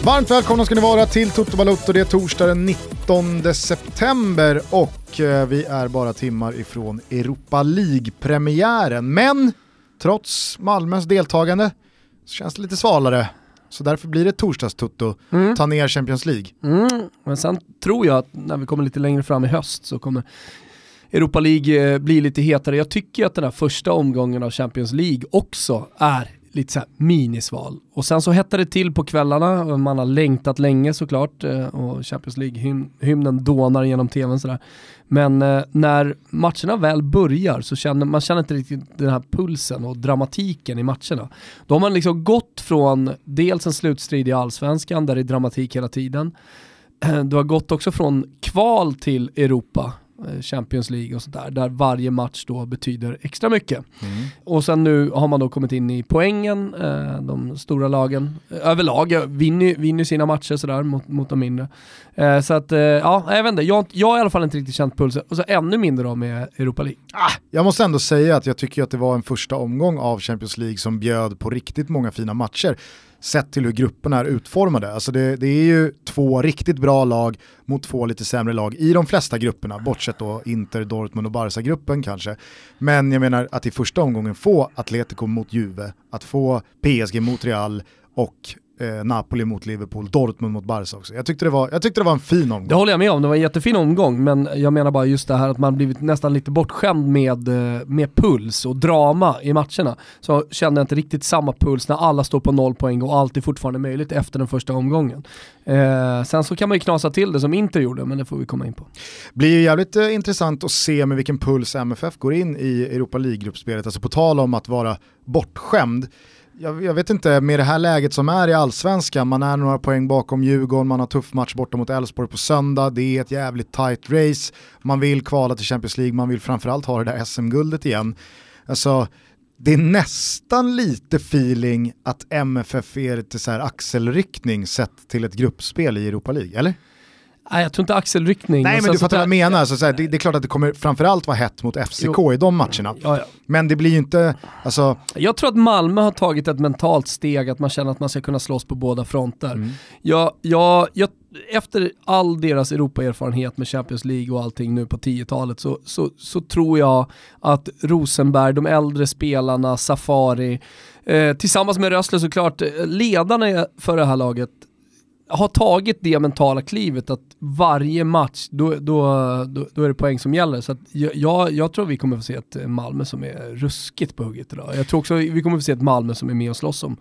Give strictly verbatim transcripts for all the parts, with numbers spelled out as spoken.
Varmt välkomna ska ni vara till Toto Balotto. Det är torsdag den nittonde september och vi är bara timmar ifrån Europa League-premiären. Men trots Malmös deltagande så känns det lite svalare. Så därför blir det torsdagstutto. Mm. Ta ner Champions League. Mm. Men sen tror jag att när vi kommer lite längre fram i höst så kommer Europa League bli lite hetare. Jag tycker att den här första omgången av Champions League också är lite så här minisval. Och sen så hettar det till på kvällarna. Man har längtat länge såklart. Och Champions League-hymnen dånar genom tvn sådär. Men eh, när matcherna väl börjar så känner man känner inte riktigt den här pulsen och dramatiken i matcherna. Då har man liksom gått från dels en slutstrid i Allsvenskan där det är dramatik hela tiden. Du har gått också från kval till Europa, Champions League och sånt där, där varje match då betyder extra mycket. Mm. Och sen nu har man då kommit in i poängen, eh, de stora lagen överlag vinner, vinner sina matcher sådär mot, mot de mindre. Eh, så att, eh, ja, jag vet inte, jag, jag har i alla fall inte riktigt känt pulsen. Och så ännu mindre då med Europa League. Ah, jag måste ändå säga att jag tycker att det var en första omgång av Champions League som bjöd på riktigt många fina matcher. Sett till hur grupperna är utformade. Alltså det, det är ju två riktigt bra lag mot två lite sämre lag i de flesta grupperna. Bortsett då Inter, Dortmund och Barca-gruppen kanske. Men jag menar att i första omgången få Atletico mot Juve, att få P S G mot Real och eh, Napoli mot Liverpool, Dortmund mot Barca också. Jag tyckte, det var, jag tyckte det var en fin omgång. Det håller jag med om, det var en jättefin omgång. Men jag menar bara just det här att man blivit nästan lite bortskämd med, med puls och drama i matcherna. Så kände jag inte riktigt samma puls när alla står på noll poäng och allt är fortfarande möjligt efter den första omgången. Eh, sen så kan man ju knasa till det som Inter gjorde, men det får vi komma in på. Blir ju jävligt eh, intressant att se med vilken puls M F F går in i Europa League-gruppspelet. Alltså på tal om att vara bortskämd. Jag, jag vet inte, med det här läget som är i Allsvenskan, man är några poäng bakom Djurgården, man har tuff match borta mot Elfsborg på söndag, det är ett jävligt tight race, man vill kvala till Champions League, man vill framförallt ha det där S M-guldet igen. Alltså, det är nästan lite feeling att M F F är lite så här axelryckning sett till ett gruppspel i Europa League, eller? Nej, jag tror inte axelryckning. Nej, men du fattar vad jag menar. Alltså, så här, det, det är klart att det kommer framförallt vara hett mot F C K jo. i de matcherna. Ja, ja. Men det blir ju inte... Alltså... Jag tror att Malmö har tagit ett mentalt steg att man känner att man ska kunna slåss på båda fronter. Mm. Jag, jag, jag, efter all deras Europa-erfarenhet med Champions League och allting nu på tio-talet så, så, så tror jag att Rosenberg, de äldre spelarna, Safari, eh, tillsammans med Rössle såklart, ledarna för det här laget har tagit det mentala klivet att varje match då, då, då, då är det poäng som gäller. Så att jag, jag tror vi kommer få se ett Malmö som är ruskigt på hugget idag. Jag tror också vi kommer få se ett Malmö som är med och slåss om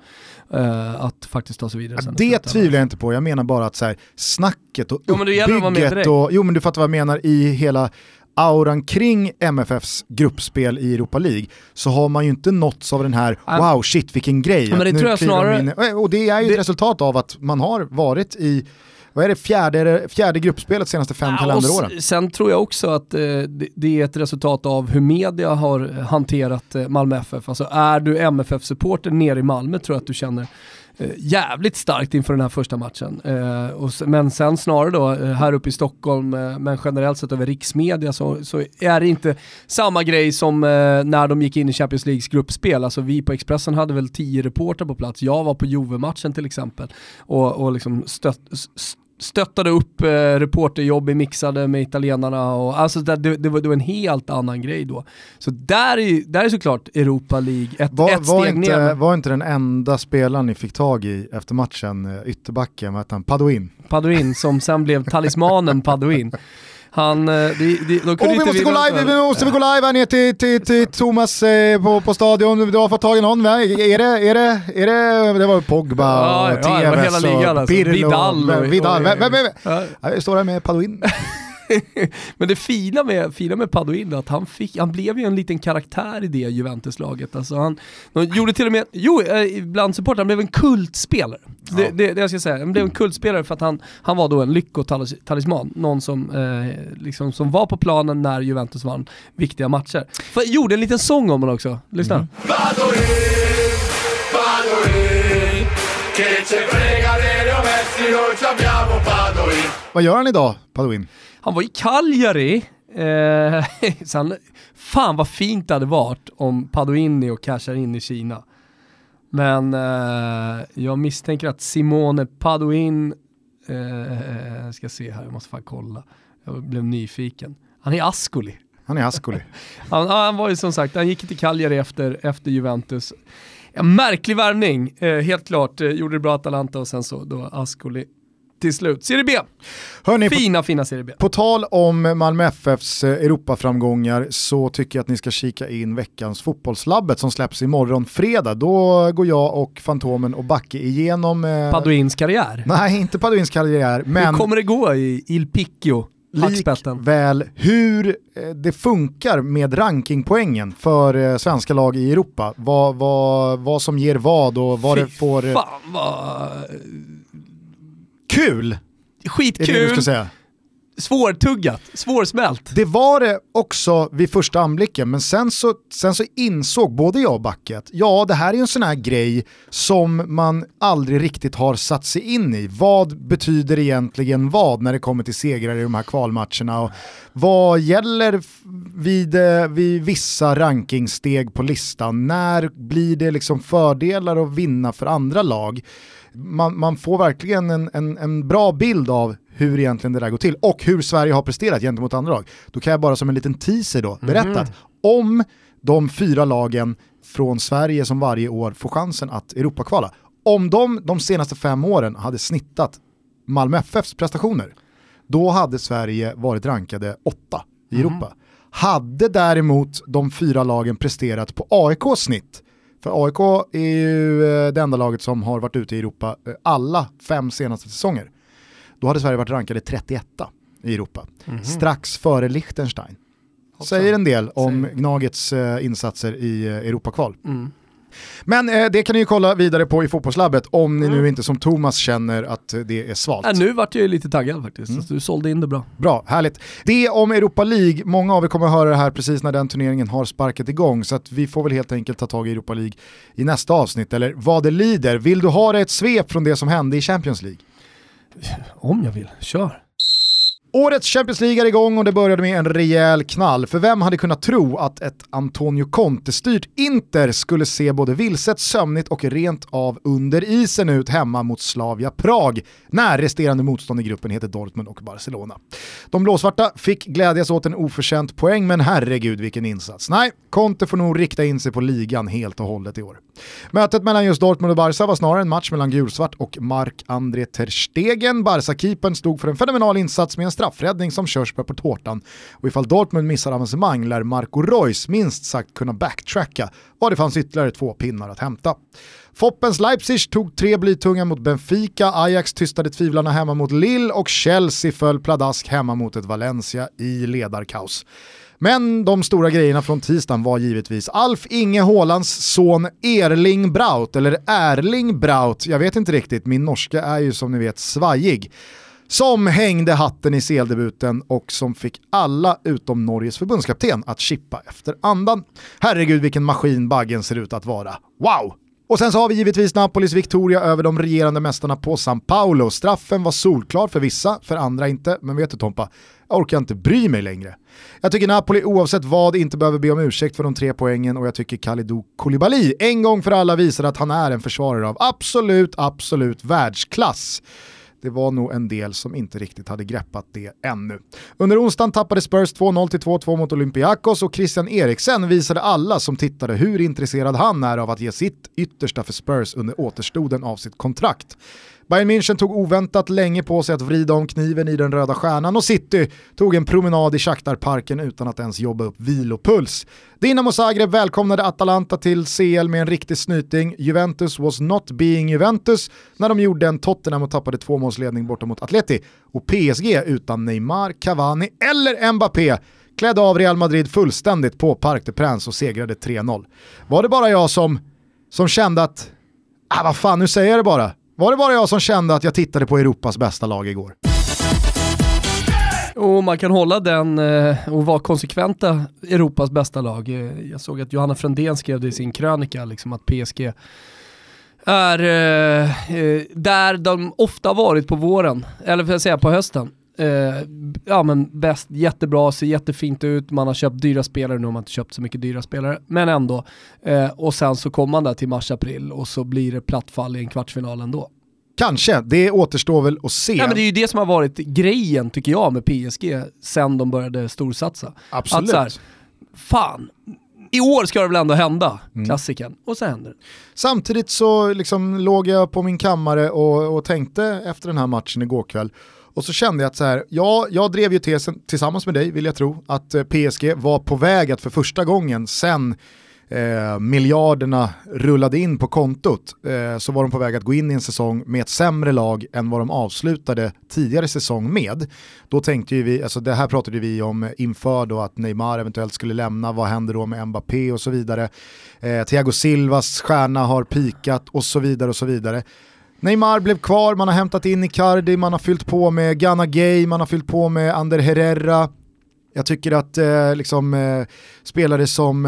uh, att faktiskt ta sig vidare. Ja, det tvivlar jag inte på. Jag menar bara att så här, snacket och jo, men det uppbygget och, jo men du fattar vad jag menar i hela auran kring M F Fs gruppspel i Europa League, så har man ju inte nåtts av den här wow shit vilken grej. Ja, men det nu tror jag snarare... in, och det är ju det... ett resultat av att man har varit i vad är det, fjärde, fjärde gruppspelet senaste fem ja, kalenderåren. Sen tror jag också att eh, det, det är ett resultat av hur media har hanterat eh, Malmö F F. Alltså är du M F F-supporter nere i Malmö tror jag att du känner eh, jävligt starkt inför den här första matchen. Eh, och, men sen snarare då eh, här uppe i Stockholm, eh, men generellt sett över riksmedia så, så är det inte samma grej som eh, när de gick in i Champions Leagues gruppspel. Alltså vi på Expressen hade väl tio reporter på plats. Jag var på Juve-matchen till exempel och, och liksom stött, st- stöttade upp eh, reporterjobb i mixade med italienarna och alltså det, det, det, var, det var en helt annan grej då. Så där är, där är såklart Europa League ett, var, ett var steg inte, ner. Var inte den enda spelaren ni fick tag i efter matchen ytterbacken, vad heter han? Padoin. Padoin som sen blev talismanen Padoin. Han, det, det, då kunde oh, vi måste gå live, vi måste vi gå live här ner till, till, till Thomas eh, på, på stadion. Du har fått tag i någon, va? Är det, är det, är det, det var Pogba ja, och ja, T V S och, och alltså. Vidal och, Vidal. och, och, vem, vem, vem? Ja. Jag står här med Padoin. Men det fina med, fina med Padoin är att han, fick, han blev ju en liten karaktär i det Juventus-laget. Alltså han, han gjorde till och med, jo, bland support, han blev en kultspelare. Ja. Det, det, det jag ska säga, han blev en kultspelare för att han, han var då en lyckotalisman. Någon som, eh, liksom, som var på planen när Juventus vann viktiga matcher. För jag gjorde en liten sång om honom också. Lyssna. Mm. Padoin, Padoin, che ce frega Leo Messi, noi abbiamo Padoin. Vad gör han idag, Padoin? Han var i Cagliari. Eh, sen, fan vad fint det hade varit om Padoin och cashar in i Kina. Men eh, jag misstänker att Simone Padoin, eh, ska se här, jag måste fan kolla. Jag blev nyfiken. Han är Ascoli. Han är Ascoli. han, han var ju som sagt, han gick till Cagliari efter, efter Juventus. En märklig värvning, eh, helt klart. Eh, gjorde det bra Atalanta och sen så då Ascoli till slut. Serie B. Hörrni, fina, på, fina Serie B. På tal om Malmö F F:s Europaframgångar så tycker jag att ni ska kika in veckans Fotbollslabbet som släpps imorgon fredag. Då går jag och Fantomen och Backe igenom... Eh, Paduins karriär? Nej, inte Paduins karriär. Men hur kommer det gå i Il Picchio? Likväl hur det funkar med rankingpoängen för svenska lag i Europa. Vad, vad, vad som ger vad och vad Fy det får... Fan vad... Kul! Skitkul! Är det du ska säga. Svårtuggat, svårsmält. Det var det också vid första anblicken, men sen så, sen så insåg både jag och Backe att ja, det här är en sån här grej som man aldrig riktigt har satt sig in i. Vad betyder egentligen vad när det kommer till segrar i de här kvalmatcherna och vad gäller vid, vid vissa rankingsteg på listan? När blir det liksom fördelar att vinna för andra lag? Man, man får verkligen en, en, en bra bild av hur egentligen det där går till och hur Sverige har presterat gentemot andra lag. Då kan jag bara som en liten teaser då berätta mm. att om de fyra lagen från Sverige som varje år får chansen att Europakvala, om de de senaste fem åren hade snittat Malmö F F:s prestationer, då hade Sverige varit rankade åtta i mm. Europa. Hade däremot de fyra lagen presterat på A I K:s snitt, för A I K är ju det enda laget som har varit ute i Europa alla fem senaste säsonger, då hade Sverige varit rankade trettioetta i Europa. Mm-hmm. Strax före Liechtenstein. Hoppsan. Säger en del om Säger. Gnagets eh, insatser i eh, Europakval. Mm. Men eh, det kan ni ju kolla vidare på i Fotbollslabbet om ni mm. nu inte som Thomas känner att det är svalt. Ja, nu vart jag lite taggad faktiskt. Mm. Så du sålde in det bra. Bra, härligt. Det om Europa League. Många av er kommer att höra det här precis när den turneringen har sparkat igång. Så att vi får väl helt enkelt ta tag i Europa League i nästa avsnitt. Eller vad det lider. Vill du ha ett svep från det som hände i Champions League? Om jag vill, kör. Årets Champions League är igång och det började med en rejäl knall. För vem hade kunnat tro att ett Antonio Conte-styrt Inter skulle se både vilset, sömnigt och rent av under isen ut hemma mot Slavia Prag, när resterande motstånd i gruppen heter Dortmund och Barcelona. De blåsvarta fick glädjas åt en oförtjänt poäng, men herregud vilken insats. Nej, Conte får nog rikta in sig på ligan helt och hållet i år. Mötet mellan just Dortmund och Barca var snarare en match mellan gulsvart och Marc-André ter Stegen. Barca-keepern stod för en fenomenal insats med en straffräddning som körsbär på tårtan. Och ifall Dortmund missar avancemang lär Marco Reus minst sagt kunna backtracka, och det fanns ytterligare två pinnar att hämta. Foppens Leipzig tog tre blytunga mot Benfica, Ajax tystade tvivlarna hemma mot Lille och Chelsea föll pladask hemma mot ett Valencia i ledarkaos. Men de stora grejerna från tisdagen var givetvis Alf Inge Haalands son Erling Braut, eller Erling Braut, jag vet inte riktigt, min norska är ju som ni vet svajig, som hängde hatten i C L-debuten och som fick alla utom Norges förbundskapten att chippa efter andan. Herregud vilken maskin Baggen ser ut att vara. Wow! Och sen så har vi givetvis Napolis Victoria över de regerande mästarna på São Paulo. Straffen var solklar för vissa, för andra inte. Men vet du Tompa, jag orkar inte bry mig längre. Jag tycker Napoli oavsett vad inte behöver be om ursäkt för de tre poängen, och jag tycker Kalidou Koulibaly en gång för alla visar att han är en försvarare av absolut, absolut världsklass. Det var nog en del som inte riktigt hade greppat det ännu. Under onsdagen tappade Spurs två noll till två två mot Olympiakos, och Christian Eriksen visade alla som tittade hur intresserad han är av att ge sitt yttersta för Spurs under återstoden av sitt kontrakt. Bayern München tog oväntat länge på sig att vrida om kniven i den röda stjärnan, och City tog en promenad i Shakhtar-parken utan att ens jobba upp vilopuls. Dinamo Zagreb välkomnade Atalanta till C L med en riktig snyting. Juventus was not being Juventus när de gjorde en Tottenham och tappade två målsledning borta mot Atleti, och P S G utan Neymar, Cavani eller Mbappé klädde av Real Madrid fullständigt på Parc des Princes och segrade tre noll. Var det bara jag som, som kände att ah, vad fan, nu säger jag det bara. Var det bara jag som kände att jag tittade på Europas bästa lag igår? Och man kan hålla den och vara konsekventa Europas bästa lag. Jag såg att Johanna Frändén skrev det i sin krönika liksom, att P S G är eh, där de ofta varit på våren, eller för att säga på hösten. eh, ja men bäst, jättebra, ser jättefint ut, man har köpt dyra spelare, nu har man inte köpt så mycket dyra spelare, men ändå. Eh, och sen så kommer man där till mars-april och så blir det plattfall i en kvartsfinal ändå. Kanske, det återstår väl att se. Ja, men det är ju det som har varit grejen tycker jag med P S G sen de började storsatsa. Absolut. Att så här, fan, i år ska det väl ändå hända, mm. klassiken, och så händer det. Samtidigt så liksom låg jag på min kammare och, och tänkte efter den här matchen igår kväll, och så kände jag att så här, ja, jag drev ju tesen tillsammans med dig, vill jag tro, att P S G var på väg att för första gången sen Eh, miljarderna rullade in på kontot, eh, så var de på väg att gå in i en säsong med ett sämre lag än vad de avslutade tidigare säsong med. Då tänkte ju vi, alltså det här pratade vi om inför då, att Neymar eventuellt skulle lämna, vad händer då med Mbappé och så vidare. Eh, Thiago Silvas stjärna har pikat och så vidare och så vidare. Neymar blev kvar, man har hämtat in Icardi, man har fyllt på med Gana Gay, man har fyllt på med Ander Herrera. Jag tycker att eh, liksom, eh, spelare som,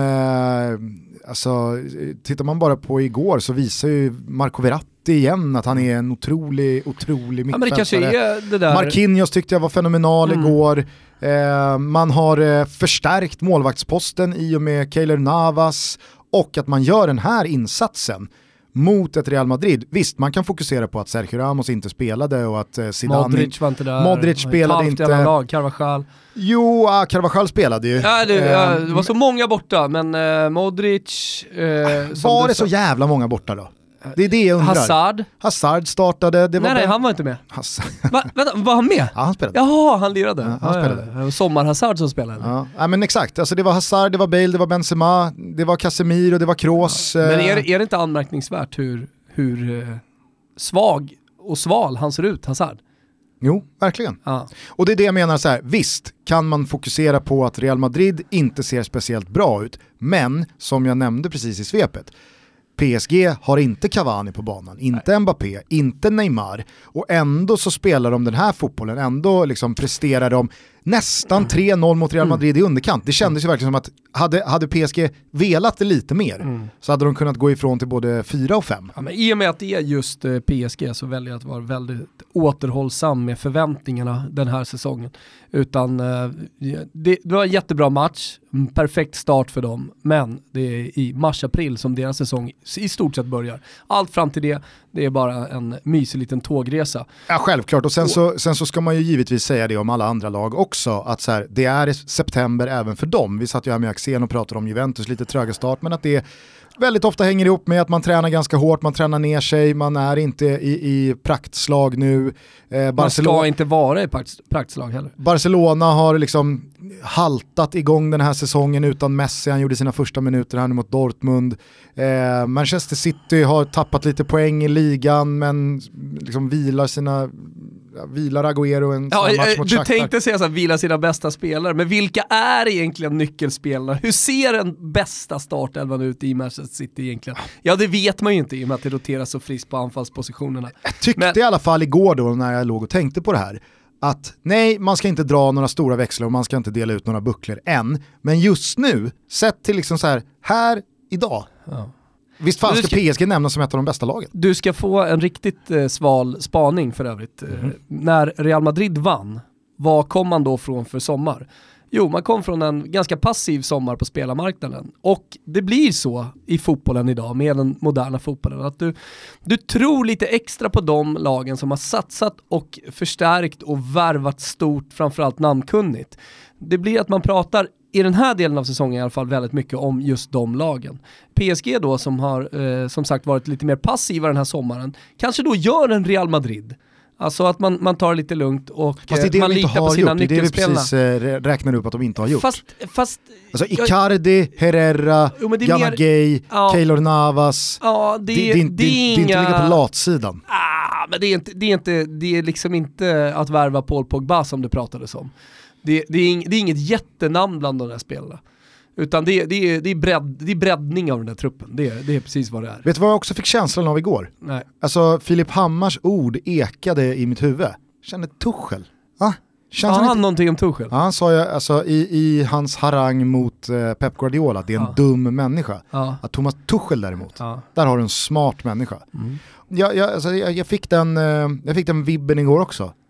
eh, alltså, tittar man bara på igår så visar ju Marco Verratti igen att han är en otrolig, otrolig mittfältare. Ja, men det kanske är det där. Marquinhos tyckte jag var fenomenal mm. igår. Eh, man har eh, förstärkt målvaktsposten i och med Keylor Navas, och att man gör den här insatsen mot ett Real Madrid. Visst, man kan fokusera på att Sergio Ramos inte spelade och att eh, Zidane... Modric var inte där. Modric spelade inte. Lag, Carvajal. Jo, ah, Carvajal spelade ju. Ja, det, eh, ja, det var så många borta, men eh, Modric... Eh, var det så jävla många borta då? Det är det jag undrar. Hazard. Hazard startade. Det var nej, nej, ben... han var inte med. Hazard. Va, vänta, var han med? Ja, han spelade. Jaha, han lirade. Ja, han ja, spelade. Ja, ja. Sommar-Hazard som spelade. Ja. ja, men exakt. Alltså, det var Hazard, det var Bale, det var Benzema, det var Casemiro, det var Kroos. Ja. Men är, är det inte anmärkningsvärt hur, hur eh, svag och sval han ser ut, Hazard? Jo, verkligen. Ja. Och det är det jag menar så här, visst kan man fokusera på att Real Madrid inte ser speciellt bra ut, men som jag nämnde precis i svepet, P S G har inte Cavani på banan, inte Nej. Mbappé, inte Neymar, och ändå så spelar de den här fotbollen, ändå liksom presterar de nästan tre noll mot Real Madrid mm. i underkant. Det kändes ju verkligen som att hade, hade P S G velat det lite mer mm. så hade de kunnat gå ifrån till både fyra och fem. Ja, men i och med att det är just eh, P S G så väljer jag att vara väldigt återhållsam med förväntningarna den här säsongen. Utan eh, det, det var en jättebra match, en perfekt start för dem, men det är i mars-april som deras säsong i stort sett börjar. Allt fram till det, det är bara en mysig liten tågresa. Ja, självklart. Och sen så, sen så ska man ju givetvis säga det om alla andra lag också, att så här, det är september även för dem. Vi satt ju här med Axén och pratade om Juventus, lite tröga start, men att det väldigt ofta hänger ihop med att man tränar ganska hårt, man tränar ner sig, man är inte i, i praktslag nu. Eh, man ska inte vara i praktslag heller. Barcelona har liksom haltat igång den här säsongen utan Messi, han gjorde sina första minuter här nu mot Dortmund. Eh, Manchester City har tappat lite poäng i ligan, men liksom vilar sina... vilar Agüero en ja, match mot du Shakhtar. Tänkte säga så här, vila sina bästa spelare, men vilka är egentligen nyckelspelarna? Hur ser den bästa startelvan ut i Manchester City egentligen? Ja, det vet man ju inte i och med att det roterar så friskt på anfallspositionerna. Jag tyckte men... i alla fall igår då när jag låg och tänkte på det här, att nej, man ska inte dra några stora växlar och man ska inte dela ut några bucklor än, men just nu, sett till liksom så här, här idag, ja. Visst fan ska, ska P S G nämnas som ett av de bästa lagen. Du ska få en riktigt eh, sval spaning för övrigt. Mm. Eh, när Real Madrid vann, vad kom man då från för sommar? Jo, man kom från en ganska passiv sommar på spelarmarknaden. Och det blir så i fotbollen idag, med den moderna fotbollen, att du, du tror lite extra på de lagen som har satsat och förstärkt och värvat stort, framförallt namnkunnigt. Det blir att man pratar i den här delen av säsongen i alla fall väldigt mycket om just de lagen. P S G då som har eh, som sagt varit lite mer passiva den här sommaren, kanske då gör en Real Madrid. Alltså att man, man tar lite lugnt och fast det är det man de litar inte har på sina gjort. Det är det vi nyckelspelarna. precis eh, räknar upp att de inte har gjort. Fast, fast alltså Icardi, Herrera, jo, Gana Gay, ja, Keylor Navas. Ja, det, det, det, det, det är inga... det är inte ligga på latsidan. Ah, men det är inte det är inte det är liksom inte att värva Paul Pogba som det pratades om. Det, det, är, ing, det är inget jättenamn bland de där spelarna. Utan det, det, är, det, är bredd, det är breddning av den där truppen. Det är, det är precis vad det är. Vet du vad jag också fick känslan av igår? Nej. Alltså Filip Hammars ord ekade i mitt huvud. Kände Tuchel. Ah, ja, han lite... någonting om Tuchel? Ja, han sa ju alltså, i, i hans harang mot eh, Pep Guardiola att det är en ja. dum människa. Ja. Att Thomas Tuchel däremot, ja. där har du en smart människa. Mm. Jag, jag, alltså, jag, jag, fick den, eh, jag fick den vibben igår också.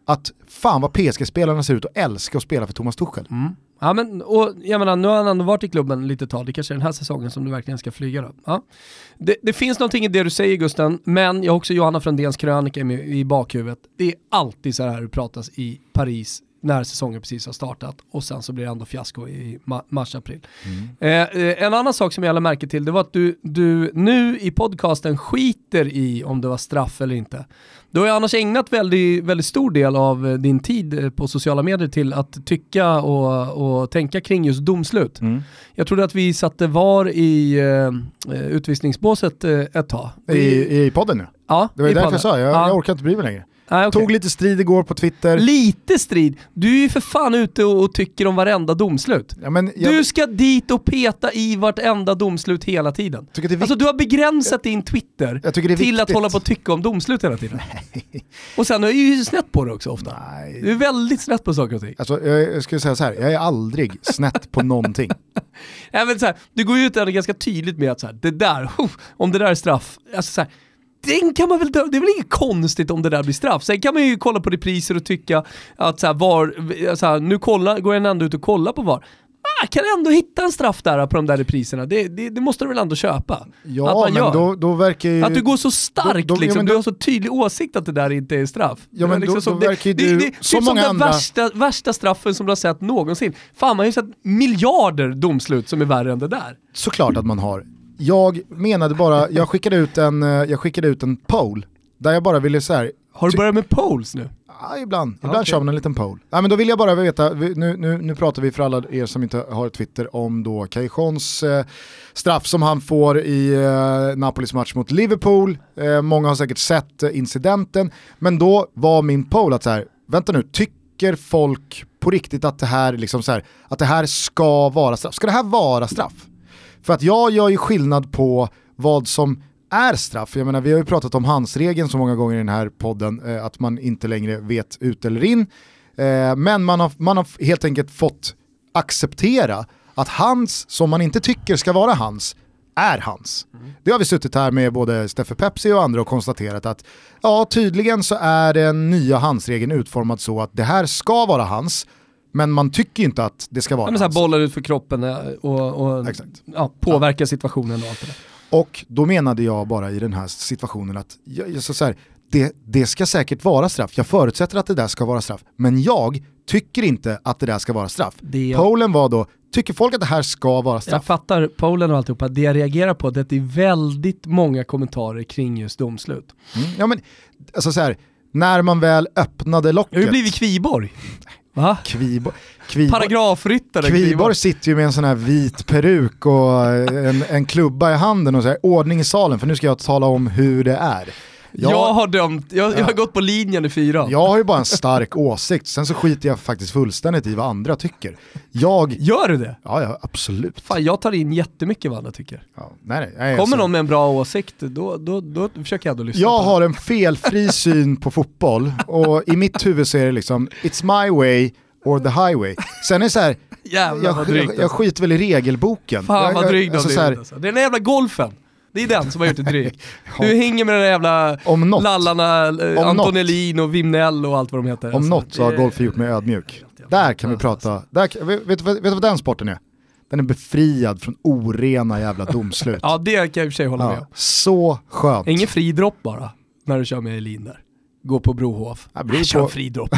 att fan vad P S G-spelarna ser ut och älskar att spela för Thomas Tuchel. Mm. Ja, men, och jag menar, nu har han ändå varit i klubben lite tag. Det kanske är den här säsongen som du verkligen ska flyga då. Ja. Det, det finns någonting i det du säger, Gusten, men jag har också Johanna Frandéns krönika i, i bakhuvudet. Det är alltid så här det pratas i Paris när säsongen precis har startat och sen så blir det ändå fiasko i ma- mars-april. Mm. Eh, en annan sak som jag lade märke till, det var att du, du nu i podcasten skiter i om det var straff eller inte. Du har ju annars ägnat väldigt, väldigt stor del av din tid på sociala medier till att tycka och, och tänka kring just domslut. Mm. Jag trodde att vi satte var i eh, utvisningsbåset eh, ett tag. I, I podden nu? Ja, det var därför jag sa, jag, ja. jag orkar inte bry mig längre. Ah, okay. Tog lite strid igår på Twitter. Lite strid? Du är ju för fan ute och, och tycker om varenda domslut. Ja, men jag... Du ska dit och peta i vartenda domslut hela tiden. Alltså du har begränsat din Twitter jag till viktigt. Att hålla på och tycka om domslut hela tiden. Nej. Och sen är du ju snett på det också ofta. Nej. Du är väldigt snett på saker och ting. Alltså, jag skulle säga så här, jag är aldrig snett på någonting. Nej, men så här, du går ju ut där ganska tydligt med att så här, det där, om det där är straff, alltså så här, den kan man väl dö- det är väl inget konstigt om det där blir straff. Sen kan man ju kolla på repriser och tycka att så här, var, så här, nu kolla, går jag ändå ut och kolla på var. Ah, kan ändå hitta en straff där på de där repriserna. Det, det, det måste du väl ändå köpa. Ja, att man men gör. Då, då verkar ju... Att du går så starkt, då, då, liksom. Ja, du då, har så tydlig åsikt att det där inte är straff. Ja, men liksom då, som, då verkar det, du... Det, det, så typ många som andra... den värsta, värsta straffen som du har sett någonsin. Fan, man har ju sett miljarder domslut som är värre än det där. Såklart att man har. Jag menade bara, jag skickade ut en, jag skickade ut en poll där jag bara ville så här. Har du börjat med polls nu? Ja, ibland. Ibland okay. kör man en liten poll. Ja, men då vill jag bara veta, nu, nu, nu pratar vi för alla er som inte har Twitter om då Cajons eh, straff som han får i eh, Napolis match mot Liverpool. Eh, många har säkert sett eh, incidenten, men då var min poll att så här, vänta nu, tycker folk på riktigt att det här liksom så här, att det här ska vara straff? Ska det här vara straff? För att jag gör ju skillnad på vad som är straff. Jag menar, vi har ju pratat om handsregeln så många gånger i den här podden, eh, att man inte längre vet ut eller in. Eh, men man har, man har helt enkelt fått acceptera att hans, som man inte tycker ska vara hans, är hans. Mm. Det har vi suttit här med både Steffe Pepsi och andra och konstaterat att ja, tydligen så är den nya handsregeln utformad så att det här ska vara hans, men man tycker inte att det ska vara ja, hans. Bollar ut för kroppen och, och ja, påverka ja. situationen och allt det där. Och då menade jag bara i den här situationen att jag, jag så så här, det, det ska säkert vara straff. Jag förutsätter att det där ska vara straff. Men jag tycker inte att det där ska vara straff. Jag... Polen var då, tycker folk att det här ska vara straff? Jag fattar Polen och alltihopa. Det jag reagerar på är att det är väldigt många kommentarer kring just domslut. Mm, ja men, alltså så här, när man väl öppnade locket... Jag har ju blivit Kviborg. Va? Kviborg. Kviborg. Paragrafryttare. Kviborg, Kviborg sitter ju med en sån här vit peruk och en, en klubba i handen och så här, ordning i salen, för nu ska jag tala om hur det är. Jag, jag har dömt, jag, jag har gått på linjen i fyra. Jag har ju bara en stark åsikt, sen så skiter jag faktiskt fullständigt i vad andra tycker. Jag... Gör du det? Ja, ja, absolut. Fan, jag tar in jättemycket vad andra tycker. Ja, nej, nej, nej, Kommer alltså... någon med en bra åsikt, då, då, då försöker jag ändå lyssna Jag på har en felfri syn på fotboll och i mitt huvud så är det liksom it's my way or the highway. Sen är det så här, jävlar, jag, drygt, jag, jag alltså. skiter väl i regelboken. Fan jag, vad dryg alltså, det är. Alltså. Det är den jävla golfen. Det är den som har gjort det dryg. Du ja. hänger med den jävla om något. lallarna, eh, Antonellin och Vimnell och allt vad de heter. Om alltså. något så har golf gjort mig ödmjuk. Där kan vi prata. Där, vet, vet, vet du vad den sporten är? Den är befriad från orena jävla domslut. Ja, det kan jag i och för sig hålla ja. med om. Så skönt. Ingen fri dropp bara, när du kör med Elin där. Gå på Brohof. Ja, jag kör på... fri dropp.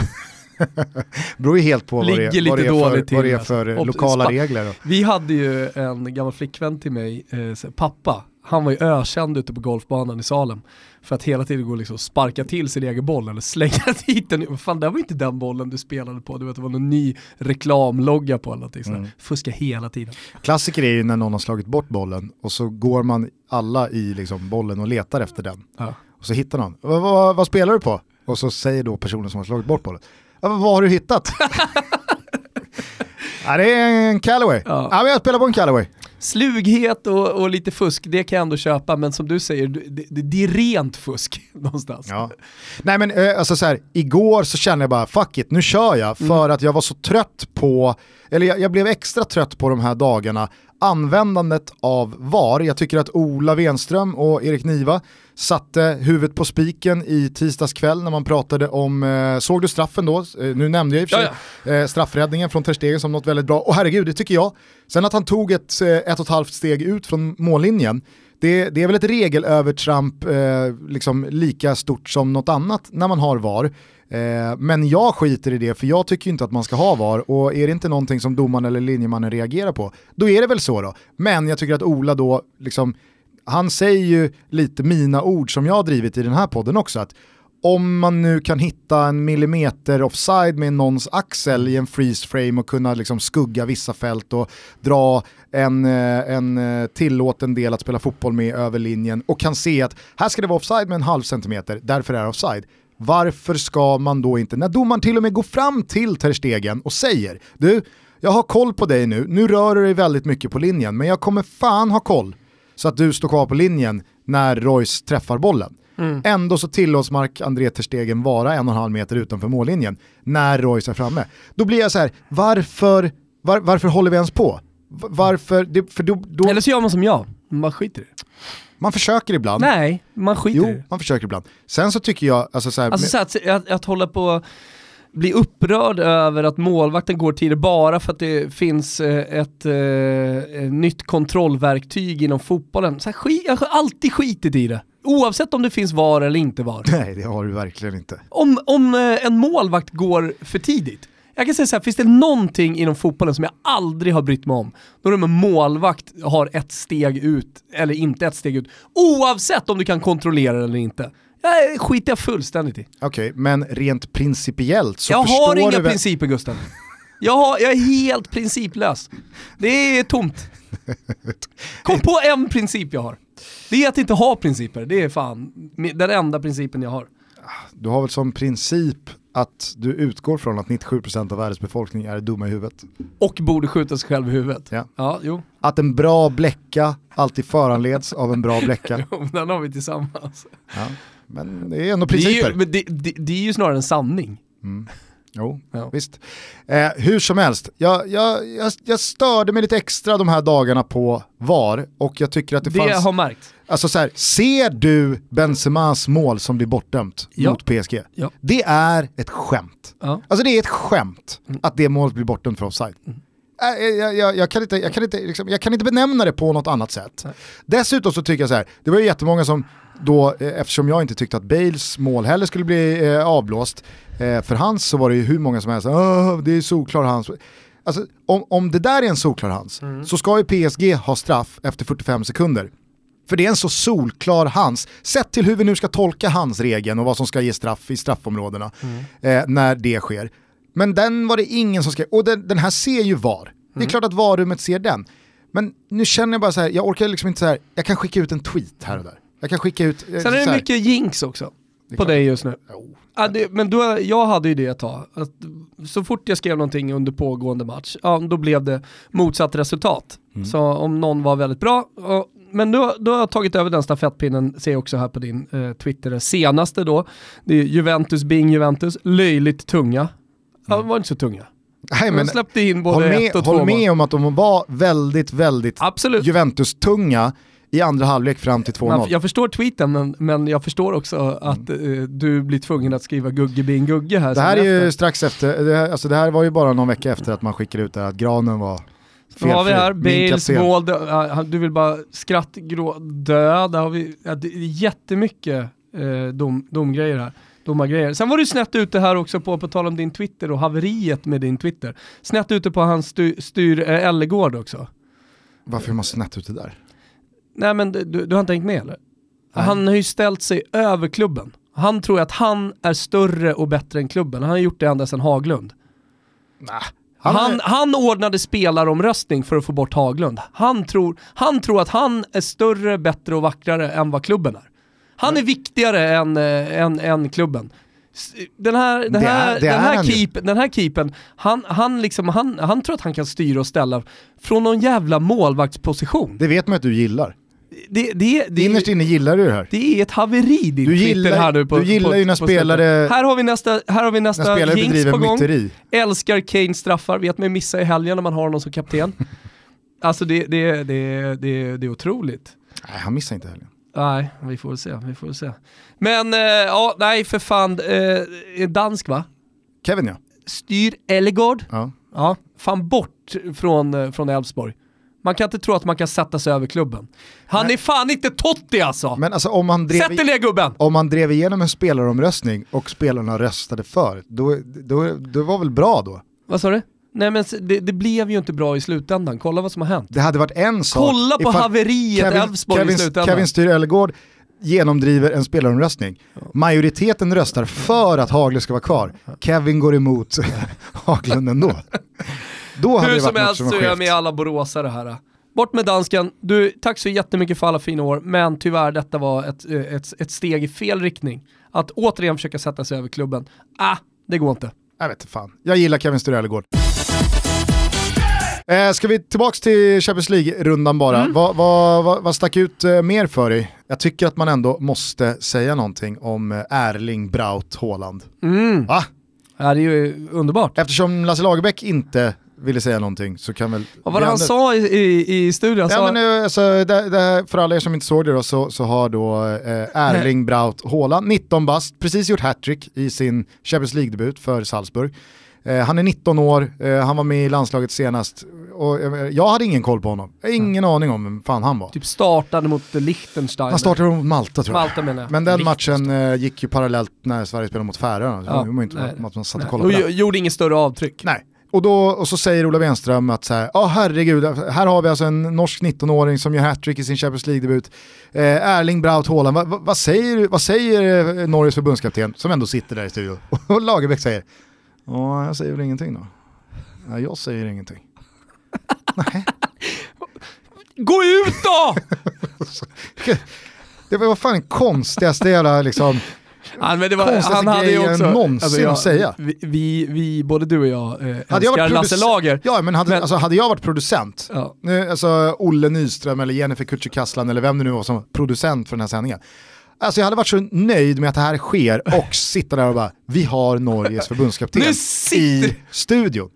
Beror ju helt på vad det är, vad det är för, vad det är för alltså. lokala Spa- regler. Då. Vi hade ju en gammal flickvän till mig, eh, pappa. Han var ju ökänd ute på golfbanan i Salem för att hela tiden gå och liksom sparka till sin egen boll eller slänga dit den. Fan, det var inte den bollen du spelade på. Du vet, det var någon ny reklamlogga på eller någonting. Mm. Fuska hela tiden. Klassiker är ju när någon har slagit bort bollen och så går man alla i liksom bollen och letar efter den. Ja. Och så hittar någon. Vad, vad, vad spelar du på? Och så säger då personen som har slagit bort bollen. Vad har du hittat? Ja, det är en Callaway. Ja. Ja, men jag spelar på en Callaway. Slughet och, och lite fusk, det kan jag ändå köpa, men som du säger, det, det, det är rent fusk någonstans. Ja. Nej men alltså så här, igår så kände jag bara fuck it, nu kör jag för mm. att jag var så trött på eller jag, jag blev extra trött på de här dagarna, användandet av V A R. Jag tycker att Ola Wenström och Erik Niva satte huvudet på spiken i tisdags kväll när man pratade om, eh, såg du straffen då? Eh, nu nämnde jag i och för sig ja, ja. Eh, straffräddningen från Ter Stegen som något väldigt bra. Och herregud, det tycker jag. Sen att han tog ett, eh, ett och ett halvt steg ut från mållinjen, det, det är väl ett regelövertramp eh, liksom lika stort som något annat när man har V A R. Eh, men jag skiter i det, för jag tycker inte att man ska ha V A R, och är det inte någonting som domaren eller linjemannen reagerar på, då är det väl så då. Men jag tycker att Ola då liksom, han säger ju lite mina ord som jag har drivit i den här podden också, att om man nu kan hitta en millimeter offside med någons axel i en freeze frame och kunna liksom skugga vissa fält och dra en, en tillåten del att spela fotboll med över linjen och kan se att här ska det vara offside med en halv centimeter, därför är det offside. Varför ska man då inte, när domaren till och med går fram till Ter Stegen och säger, du, jag har koll på dig nu, nu rör du dig väldigt mycket på linjen, men jag kommer fan ha koll så att du står kvar på linjen när Royce träffar bollen. Mm. Ändå så tillåts Marc-André Ter Stegen vara en och en halv meter utanför mållinjen när Royce är framme. Då blir jag så här, varför, var, varför håller vi ens på? Varför? Det, för då, då... Eller så gör man som jag, man skiter i det. Man försöker ibland. Nej, man skiter jo, i det. man försöker ibland. Sen så tycker jag... Alltså, så här, alltså så att, att, att hålla på... bli upprörd över att målvakten går tidigare bara för att det finns ett, ett nytt kontrollverktyg inom fotbollen. Så här, skit, jag har alltid skitit i det. Oavsett om det finns V A R eller inte V A R. Nej, det har du verkligen inte. Om, om en målvakt går för tidigt. Jag kan säga så här, finns det någonting inom fotbollen som jag aldrig har brytt mig om, då är det med målvakt har ett steg ut eller inte ett steg ut. Oavsett om du kan kontrollera det eller inte. Jag skiter jag fullständigt i. Okej, okay, men rent principiellt så jag förstår har inga du väl... principer, Gustav. Jag, har, jag är helt principlös. Det är tomt. Kom på en princip jag har. Det är att inte ha principer. Det är fan den enda principen jag har. Du har väl som princip att du utgår från att nittiosju procent av världens befolkning är dumma i huvudet. Och borde skjuta sig själv i huvudet. Ja. Ja, jo. Att en bra bläcka alltid föranleds av en bra bläcka. Jo, den har vi tillsammans. Ja. Men det är ändå principer. Det är ju, det, det, det är ju snarare en sanning. Mm. Jo, ja. Visst. Eh, hur som helst, jag, jag, jag, jag störde mig lite extra de här dagarna på V A R och jag tycker att det, det fanns... Det har märkt. Alltså så här, ser du Benzemas mål som blir bortdömt ja. mot P S G? Ja. Det är ett skämt. Ja. Alltså det är ett skämt mm. att det målet blir bortdömt för offside. Mm. Jag, jag, jag, kan inte, jag, kan inte, liksom, jag kan inte benämna det på något annat sätt. Nej. Dessutom så tycker jag så här, det var ju jättemånga som då, eftersom jag inte tyckte att Bales mål heller skulle bli eh, avblåst, eh, för hans så var det ju hur många som helst, det är solklar hans. Alltså, om, om det där är en solklar hans mm. så ska ju P S G ha straff efter fyrtiofem sekunder. För det är en så solklar hans. Sett till hur vi nu ska tolka hans regeln och vad som ska ge straff i straffområdena mm. eh, när det sker. Men den var det ingen som skrev. Och den, den här ser ju V A R. Det är mm. klart att V A R-rummet ser den. Men nu känner jag bara så här, jag orkar liksom inte så här, jag kan skicka ut en tweet här och där. Jag kan skicka ut... Sen är det mycket jinx också på dig just nu. Jo. Ja, det, men då, jag hade ju det ett tag. Att så fort jag skrev någonting under pågående match, ja, då blev det motsatt resultat. Mm. Så om någon var väldigt bra... Och, men då, då har jag tagit över den stafettpinnen, ser jag också här på din eh, Twitter. Senaste då, det är Juventus, Bing Juventus, löjligt tunga. Ja, de var inte så tunga. Nej, men släppte in både håll med, ett och två håll med mål. om att de var väldigt, väldigt Absolut. Juventus-tunga i andra halvlek fram till två noll. Jag förstår tweeten, men, men jag förstår också att mm. uh, du blir tvungen att skriva Gugge Bing Gugge här. Det här är efter. ju strax efter, det här, alltså det här var ju bara någon vecka efter att man skickade ut det att Granen var felfri. Då har vi här, Bales mål, du vill bara skratt, dö, där har vi ja, det är jättemycket uh, dom, domgrejer här. Grejer. Sen var du snett ute här också på, på tal om din Twitter och haveriet med din Twitter. Snett ute på hans styr, styr äh, Ellegård också. Varför är man snett ute där? Nej, men du, du har inte tänkt med eller? Nej. Han har ju ställt sig över klubben. Han tror att han är större och bättre än klubben. Han har gjort det ända sedan Haglund. Nah. Han, han, han ordnade spelaromröstning för att få bort Haglund. Han tror, han tror att han är större, bättre och vackrare än vad klubben är. Han är viktigare än, än, än klubben. Den här, den här, är, den här, keep, den här keepen, han, han, liksom, han, han tror att han kan styra och ställa från någon jävla målvaktsposition. Det vet man att du gillar. Det, det, det, Innerst inne gillar du det här. Det är ett haveri din du gillar, här nu på, du gillar på, ju när spelare... Här har vi nästa, här har vi nästa jinx på gång. Myteri. Älskar Kane straffar, vet man missa i helgen när man har honom som kapten. Alltså det, det, det, det, det är otroligt. Nej, han missar inte helgen. Nej, vi får se, vi får se. Men, eh, ja, nej för fan, eh, dansk va? Kevin ja. Styr Ellegård. Ja. Ja, fan bort från, från Elfsborg. Man kan inte tro att man kan sätta sig över klubben. Han Nej. är fan inte Totti alltså! Men alltså om man drev, Sätt dig ner gubben! Om man drev igenom en spelaromröstning och spelarna röstade för, då, då, då var väl bra då? Vad sa du? Nej men det, det blev ju inte bra i slutändan. Kolla vad som har hänt. Det hade varit en sak. Kolla på haveriet Elfsborg i slutändan. Kevin Styr Ellegård genomdriver en spelaromröstning. Majoriteten röstar för att Haglund ska vara kvar. Kevin går emot Haglund ändå. Då hade Hur det varit som helst så är jag med alla boråsare här. Bort med dansken. Du, tack så jättemycket för alla fina år, men tyvärr detta var ett, ett, ett steg i fel riktning. Att återigen försöka sätta sig över klubben. Ah, det går inte. Jag vet inte fan. Jag gillar Kevin Styr Ellegård. Eh, ska vi tillbaka till Champions League-rundan bara? Mm. Vad, vad, vad, vad stack ut eh, mer för dig? Jag tycker att man ändå måste säga någonting om eh, Erling Braut Haaland. Mm. Va? Ja, det är ju underbart. Eftersom Lasse Lagerbäck inte ville säga någonting så kan väl... Vad var det han ändå... sa i, i, i studion? Ja, sa... men nu, alltså, det, det, för alla er som inte såg det då, så, så har då eh, Erling Braut Haaland, nitton bast, precis gjort hattrick i sin Champions League-debut för Salzburg. Eh, han är nitton år, eh, han var med i landslaget senast och eh, jag hade ingen koll på honom. Ingen mm. aning om vem fan han var. Typ startade mot Liechtenstein. Han startade mot Malta tror jag. Malta menar jag. Men den matchen eh, gick ju parallellt när Sverige spelade mot Färöarna. Ja, det var inte nej, att man satt och nej. kollade på det. Gjorde ingen större avtryck. Nej. Och, då, och så säger Ola Wenström att så här, ja oh, herregud, här har vi alltså en norsk nitton-åring som gör hattrick i sin Champions League-debut. Eh, Erling Braut Haaland, vad va, va säger, vad säger Norges förbundskapten som ändå sitter där i studion? Och Lagerbäck säger, ja jag säger väl ingenting då. Nej, jag säger ingenting. Nej. Gå ut då! Det var fan den konstigaste jävla liksom... Ja, men det var, han hade ju också någonsin alltså jag, att säga. Vi, vi, vi, både du och jag eh, hade älskar jag Lasse Lager. Ja, men hade, men alltså, hade jag varit producent, ja. nu, alltså Olle Nyström eller Jennifer Kutcher-Kasslan eller vem det nu var som producent för den här sändningen. Alltså jag hade varit så nöjd med att det här sker och sitta där och bara, vi har Norges förbundskapten i studion.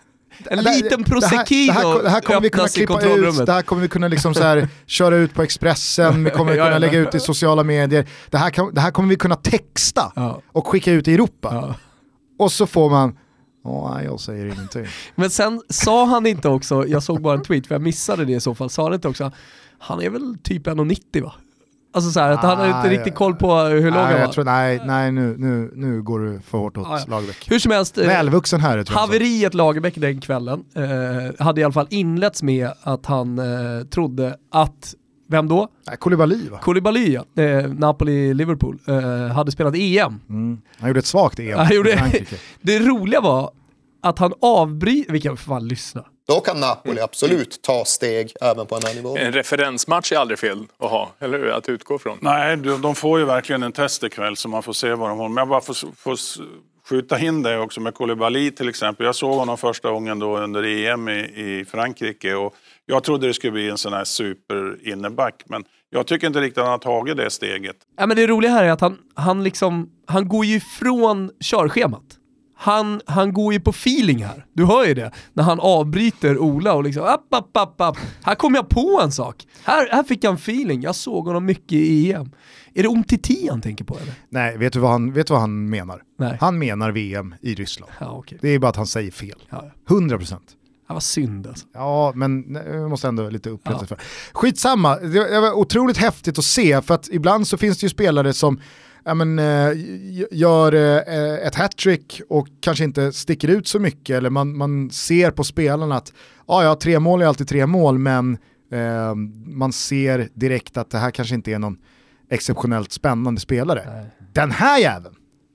En liten prosecchino det här, det här, det här kommer vi kunna klippa ut, det här kommer vi kunna liksom så här, köra ut på Expressen, vi kommer kunna lägga ut i sociala medier, det här, kan, det här kommer vi kunna texta ja. och skicka ut i Europa. Ja. Och så får man, åh nej jag säger ingenting. Men sen sa han inte också, jag såg bara en tweet för jag missade det i så fall, sa han inte också, han är väl typ en nittio va? Alltså så här, att han har inte riktigt koll på hur låg han var. Jag tror, nej, nej nu, nu, nu går du för hårt åt ah, ja. Lagerbäck. Hur som helst, välvuxen här, tror jag. Haveriet Lagerbäck den kvällen eh, hade i alla fall inletts med att han eh, trodde att, vem då? Nej, Koulibaly va? Koulibaly ja, eh, Napoli-Liverpool, eh, hade spelat E M. Mm. Han gjorde ett svagt E M han gjorde, det roliga var att han avbryter, vi kan fan lyssna. Då kan Napoli absolut ta steg även på den här nivån. En referensmatch är aldrig fel att ha, eller hur? Att utgå från. Nej, de får ju verkligen en test ikväll så man får se vad de har. Men jag bara får, får skjuta in det också med Koulibaly till exempel. Jag såg honom första gången då under E M i, i Frankrike och jag trodde det skulle bli en sån här super-inneback. Men jag tycker inte riktigt att han har tagit det steget. Ja, men det roliga här är att han, han, liksom, han går ju ifrån körschemat. Han, han går ju på feeling här. Du hör ju det. När han avbryter Ola och liksom app, app, app, app. Här kom jag på en sak. Här, här fick jag en feeling. Jag såg honom mycket i E M. Är det Umtiti han tänker på eller? Nej, vet du vad han, vet du vad han menar? Nej. Han menar V M i Ryssland. Ja, okay. Det är bara att han säger fel. Ja. hundra procent. Det var synd alltså. Ja, men jag måste ändå lite upprätta för. Skitsamma. Det var otroligt häftigt att se för att ibland så finns det ju spelare som ja, men, äh, gör äh, ett hattrick och kanske inte sticker ut så mycket eller man, man ser på spelarna att ja, ja, tre mål är alltid tre mål men äh, man ser direkt att det här kanske inte är någon exceptionellt spännande spelare. Nej. Den här jäveln,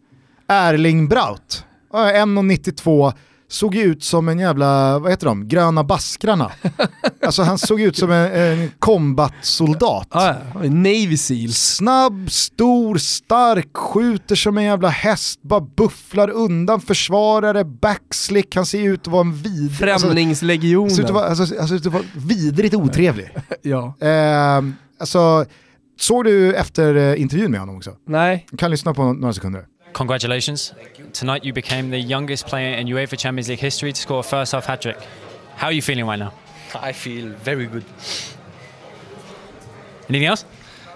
Erling Braut, en nittiotvå, såg ut som en jävla, vad heter de, gröna baskrarna. Alltså han såg ut som en, en combat-soldat. Ah, ja. Navy Seal. Snabb, stor, stark, skjuter som en jävla häst, bara bufflar undan försvarare, backslick, han ser ut att vara en vidrig... Främlingslegionen. Alltså, ser ut att vara, alltså, alltså, ut att vara vidrigt otrevlig. Ja. Eh, alltså, såg du efter intervjun med honom också? Nej. Du kan lyssna på några sekunder. Congratulations. Tonight you became the youngest player in UEFA Champions League history to score a first half hat-trick. How are you feeling right now? I feel very good. Anything else?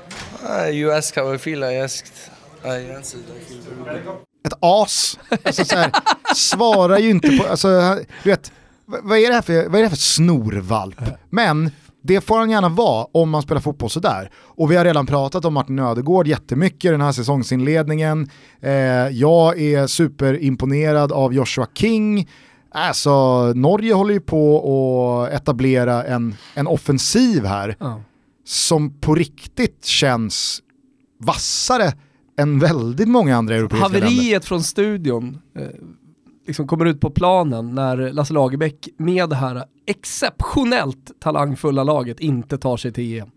Uh, you asked how I feel, I asked, I answered I feel very good. Ett as. Alltså så här, svarar ju inte på, alltså du vet, vad är det här för, vad är det här för snorvalp? Men det får han gärna vara om man spelar fotboll så där. Och vi har redan pratat om Martin Ödegård jättemycket den här säsongsinledningen. Eh, jag är superimponerad av Joshua King. Alltså, Norge håller ju på att etablera en, en offensiv här Ja. som på riktigt känns vassare än väldigt många andra europeiska länder. Haveriet från studion eh, liksom kommer ut på planen när Lasse Lagerbäck med det här exceptionellt talangfulla laget inte tar sig till E M.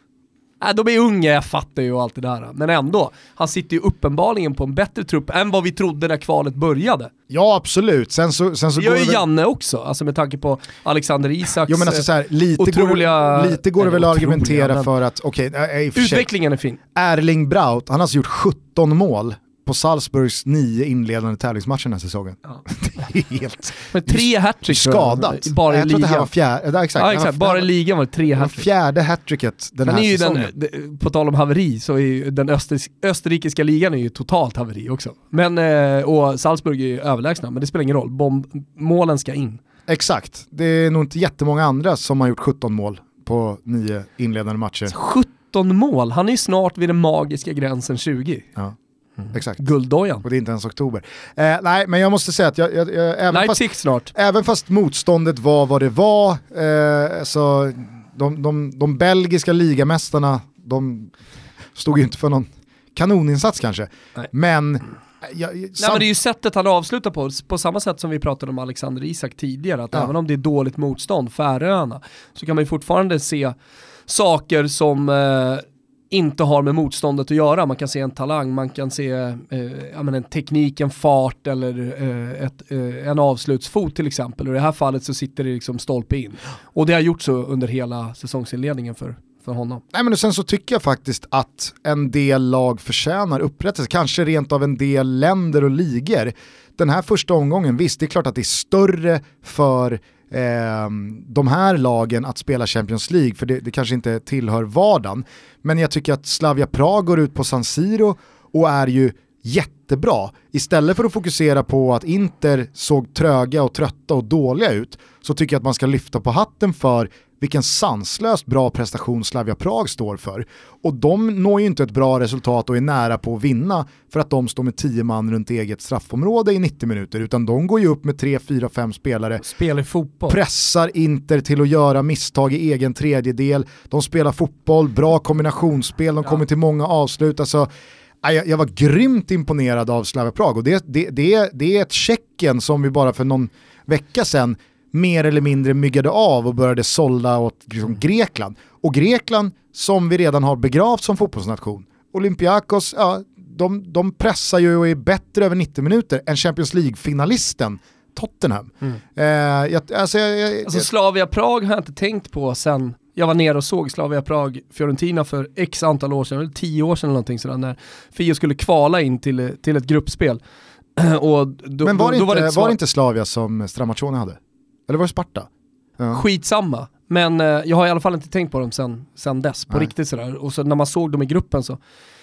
Äh, de är unga, jag fattar ju allt det där. Men ändå, han sitter ju uppenbarligen på en bättre trupp än vad vi trodde när kvalet började. Ja, absolut. Sen så, sen så det gör ju väl... Janne också, alltså med tanke på Alexander Isaks jo, men alltså så här, lite otroliga... Går, lite går det väl att argumentera men... för att okej, okay, utvecklingen är fin. Erling Braut, han har alltså gjort sjutton mål på Salzburgs nio inledande tävlingsmatcher den här säsongen. Ja. Det är helt... Men tre hattrick skadat. Bara i jag tror det här var fjärde. Ja, exakt. Ja, exakt. Bara i ligan var det tre hattrick. Fjärde hattricket den men här är ju säsongen. Den, på tal om haveri så är ju den öster, österrikiska ligan är ju totalt haveri också. Men, och Salzburg är ju överlägsna, men det spelar ingen roll. Bomb, målen ska in. Exakt. Det är nog inte jättemånga andra som har gjort sjutton mål på nio inledande matcher. Så sjutton mål? Han är ju snart vid den magiska gränsen tjugo. Ja. Mm. Exakt. Gulddojan. Och det är inte ens oktober. Eh, nej, men jag måste säga att jag, jag, jag, även, fast, snart. även fast motståndet var vad det var, eh, så de, de, de belgiska ligamästarna, de stod ju inte för någon kanoninsats kanske. Nej. Men... Jag, Nej, sam- men det är ju sättet han avslutar på, på samma sätt som vi pratade om Alexander Isak tidigare, att ja. även om det är dåligt motstånd, Färöarna, så kan man ju fortfarande se saker som... Eh, inte har med motståndet att göra. Man kan se en talang, man kan se eh, jag menar, en teknik, en fart eller eh, ett, eh, en avslutsfot till exempel. Och i det här fallet så sitter det liksom stolpe in. Och det har gjort så under hela säsongsinledningen för, för honom. Nej, men sen så tycker jag faktiskt att en del lag förtjänar upprättelse. Kanske rent av en del länder och ligor. Den här första omgången, visst det är klart att det är större för Eh, de här lagen att spela Champions League, för det, det kanske inte tillhör vardagen, men jag tycker att Slavia Prag går ut på San Siro och är ju jättebra. Istället för att fokusera på att Inter såg tröga och trötta och dåliga ut, så tycker jag att man ska lyfta på hatten för vilken sanslöst bra prestation Slavia Prag står för. Och de når ju inte ett bra resultat och är nära på att vinna för att de står med tio man runt eget straffområde i nittio minuter, utan de går ju upp med tre, fyra, fem spelare. Spelar fotboll. Pressar Inter till att göra misstag i egen tredjedel. De spelar fotboll, bra kombinationsspel, de kommer till många avslut. Alltså, jag, jag var grymt imponerad av Slavia Prag, och det, det, det, det är ett Tjeckien som vi bara för någon vecka sedan mer eller mindre myggade av och började sålla åt liksom, Grekland. Och Grekland som vi redan har begravt som fotbollsnation. Olympiakos, ja, de, de pressar ju och är bättre över nittio minuter än Champions League-finalisten Tottenham. Mm. Eh, jag, alltså, jag, jag, alltså Slavia Prag har jag inte tänkt på sen jag var nere och såg Slavia Prag Fiorentina för x antal år sedan, eller tio år sedan eller någonting sådär, när Fio skulle kvala in till, till ett gruppspel. Och då, Men var det, då, inte, då var, det var det inte Slavia som Stramaccioni hade? Eller var det Sparta? Ja. Skitsamma. Men eh, jag har i alla fall inte tänkt på dem sen, sen dess. På Nej. riktigt sådär. Och så när man såg dem i gruppen så...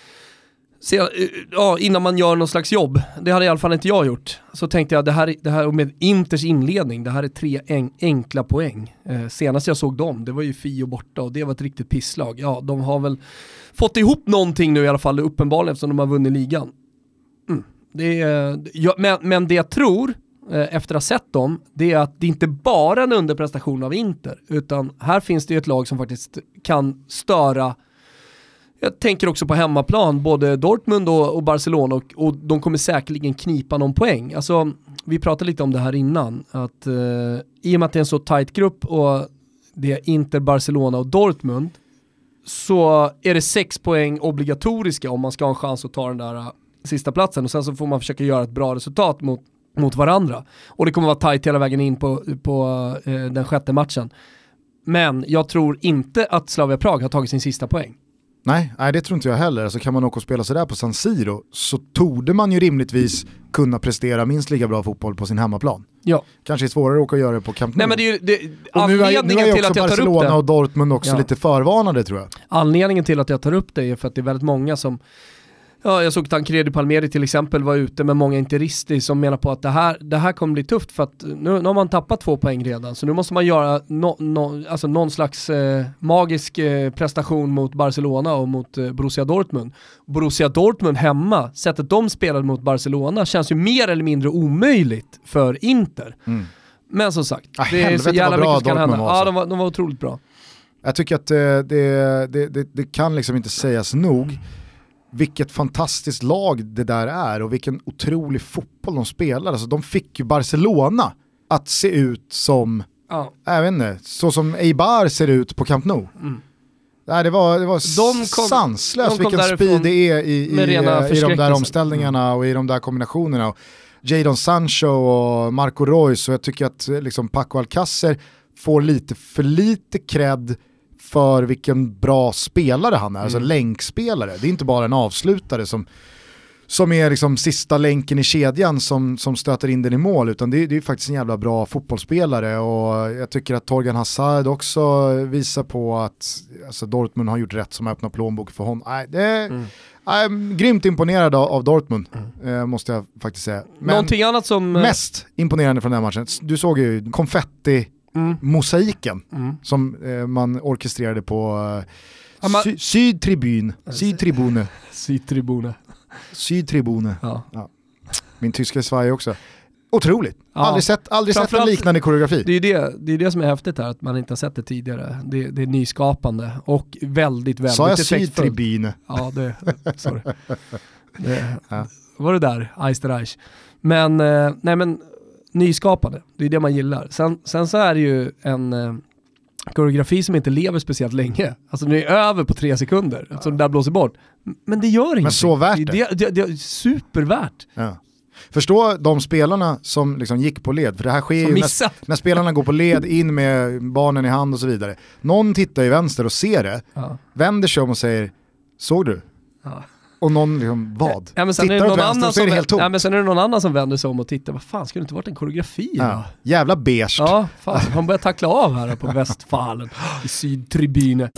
så ja, innan man gör någon slags jobb. Det hade i alla fall inte jag gjort. Så tänkte jag, det här, det här med Inters inledning, det här är tre en, enkla poäng. Eh, senast jag såg dem, det var ju Fio borta och det var ett riktigt pisslag. Ja, de har väl fått ihop någonting nu i alla fall, uppenbarligen, eftersom de har vunnit ligan. Mm. Det är, ja, men, men det jag tror... efter att ha sett dem, det är att det inte bara är en underprestation av Inter, utan här finns det ju ett lag som faktiskt kan störa. Jag tänker också på hemmaplan, både Dortmund och, och Barcelona, och, och de kommer säkerligen knipa någon poäng. Alltså, vi pratade lite om det här innan, att eh, i och med att det är en så tight grupp och det är Inter, Barcelona och Dortmund, så är det sex poäng obligatoriska om man ska ha en chans att ta den där uh, sista platsen, och sen så får man försöka göra ett bra resultat mot mot varandra. Och det kommer vara tajt hela vägen in på, på eh, den sjätte matchen. men jag tror inte att Slavia Prag har tagit sin sista poäng. Nej, nej, det tror inte jag heller. Alltså kan man åka och spela sådär på San Siro så torde man ju rimligtvis kunna prestera minst lika bra fotboll på sin hemmaplan. Ja. Kanske är svårare att åka och göra det på Camp Nou. Nej, men det är ju, det, och nu är, nu är till att jag tar upp det. Barcelona och Dortmund också ja. lite förvarnade, tror jag. Anledningen till att jag tar upp det är för att det är väldigt många som, ja, jag såg Tancredi Palmieri till exempel var ute med många interister som menar på att det här, det här kommer bli tufft för att nu, nu har man tappat två poäng redan, så nu måste man göra no, no, alltså någon slags eh, magisk eh, prestation mot Barcelona och mot eh, Borussia Dortmund. Borussia Dortmund hemma, sättet de spelade mot Barcelona känns ju mer eller mindre omöjligt för Inter. Mm. Men som sagt, ah, det är så jävla mycket som kan hända. Ja, de var, de var otroligt bra. Jag tycker att eh, det, det, det, det kan liksom inte sägas nog vilket fantastiskt lag det där är och vilken otrolig fotboll de spelar. Alltså, de fick ju Barcelona att se ut som, ja. jag vet inte, så som Eibar ser ut på Camp Nou. Mm. Nej, det var, det var de kom, sanslöst de vilken speed det är i, i, i de där omställningarna och i de där kombinationerna. Och Jadon Sancho och Marco Reus, och jag tycker att liksom Paco Alcácer får lite för lite cred för vilken bra spelare han är, mm. alltså länkspelare. Det är inte bara en avslutare som, som är liksom sista länken i kedjan som, som stöter in den i mål, utan det är, det är faktiskt en jävla bra fotbollsspelare, och jag tycker att Torgan Hazard också visar på att alltså, Dortmund har gjort rätt som öppnar plånbok för honom. Nej, det är, mm. jag är grymt imponerad av, av Dortmund, mm. eh, måste jag faktiskt säga. Men någonting annat som... mest imponerande från den här matchen, du såg ju konfetti Mm. mosaiken mm. som eh, man orkestrerade på eh, ja, sy- Sydtribun Sydtribune Sydtribune Sydtribune ja. Ja. Min tyska är svaj också. Otroligt. Ja. Aldrig sett, aldrig sett en liknande koreografi. Det är det, det är det som är häftigt här, att man inte har sett det tidigare. Det, det är nyskapande och väldigt, väldigt... Sa jag Sydtribune? Ja, det... Sorry. Det, ja. Var det där? Eisterreich. Men, eh, nej men nyskapande, det är det man gillar. Sen, sen så är det ju en eh, koreografi som inte lever speciellt länge. Alltså det är över på tre sekunder, ja. Så det där blåser bort. Men det gör inget. Men så värt det. Det, det, det är supervärt. Ja. Förstå de spelarna som liksom gick på led, för det här sker ju när, när spelarna går på led in med barnen i hand och så vidare. Någon tittar i vänster och ser det, ja. Vänder sig om och säger, såg du? Ja. Och någon liksom, vad? Ja, men sen är det någon annan som, helt ja, men sen är det någon annan som vänder sig om och tittar, vad fan, skulle det inte varit en koreografi? Ja. Jävla beige. Ja, fan, han börjar tackla av här på Västfalen i Sydtribunen.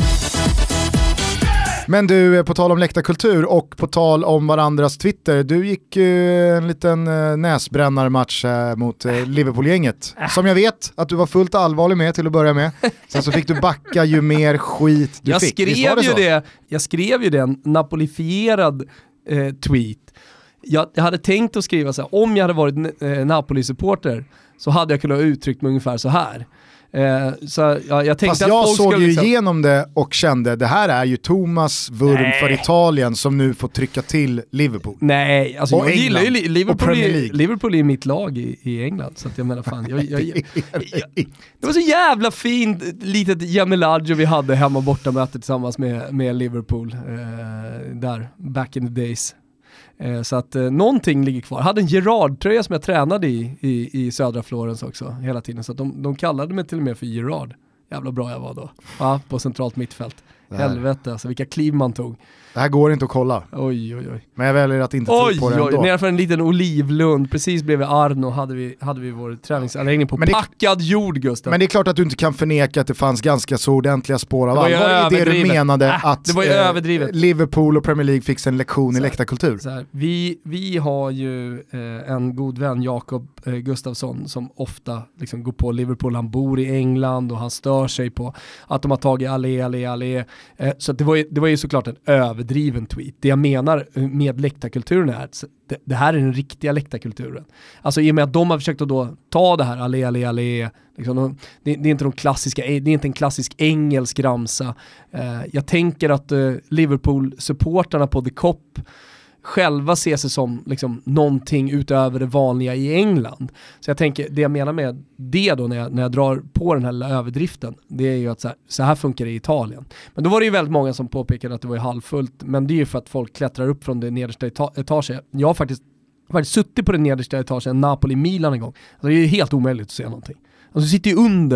Men du, på tal om läktarkultur och på tal om varandras Twitter, du gick ju en liten näsbrännarmatch mot Liverpool-gänget, som jag vet att du var fullt allvarlig med till att börja med. Sen så fick du backa ju mer skit du jag fick. Skrev det ju det, jag skrev ju det, en napolifierad eh, tweet. Jag, jag hade tänkt att skriva så här, om jag hade varit eh, Napoli-supporter så hade jag kunnat uttryckt mig ungefär så här. Eh, så ja, jag tänkte Fast att jag folk såg ju liksom... igenom det och kände, det här är ju Thomas vurm Nej. för Italien som nu får trycka till Liverpool. Nej, alltså och jag gillar ju Liverpool, i, Liverpool är mitt lag i, i England, så att jag menar fan jag, jag, jag, jag, det var så jävla fint litet Jamilaggio vi hade hemma borta möte tillsammans med, med Liverpool eh, där, back in the days. Eh, så att eh, någonting ligger kvar. Jag hade en Gerard-tröja som jag tränade i, i i södra Florens också hela tiden, så att de, de kallade mig till och med för Gerard. Jävla bra jag var då. Ja, på centralt mittfält. Helvete, alltså vilka kliv man tog. Det här går inte att kolla. Oj, oj, oj. Men jag väljer att inte oj, tro på det ändå. Oj, nerför en liten olivlund, precis bredvid Arno hade vi, hade vi vår träningsanläggning på men packad det, jord, Gustav. Men det är klart att du inte kan förneka att det fanns ganska så ordentliga spår av allvar i det du menade äh, att det var ju eh, överdrivet. Liverpool och Premier League fick en lektion så, i läktarkultur. Så här, vi, vi har ju eh, en god vän, Jakob eh, Gustafsson, som ofta liksom går på Liverpool. Han bor i England och han stör sig på att de har tagit allé, allé, allé. Eh, så det var, ju, det var ju såklart en överdriven tweet. Det jag menar med läktarkulturen är att det, det här är den riktiga läktarkulturen. Alltså i och med att de har försökt att då ta det här allé, allé, allé. Liksom, det, det är inte de klassiska, det är inte en klassisk engelsk ramsa. Eh, jag tänker att eh, Liverpool-supportarna på The Cop själva ser sig som liksom någonting utöver det vanliga i England. Så jag tänker, det jag menar med det då när jag, när jag drar på den här överdriften, det är ju att så här, så här funkar det i Italien. Men då var det ju väldigt många som påpekade att det var ju halvfullt, men det är ju för att folk klättrar upp från det nedersta eta- etaget. Jag har faktiskt, faktiskt suttit på det nedersta etaget Napoli-Milan en gång. Alltså det är ju helt omöjligt att se någonting. Alltså du sitter ju under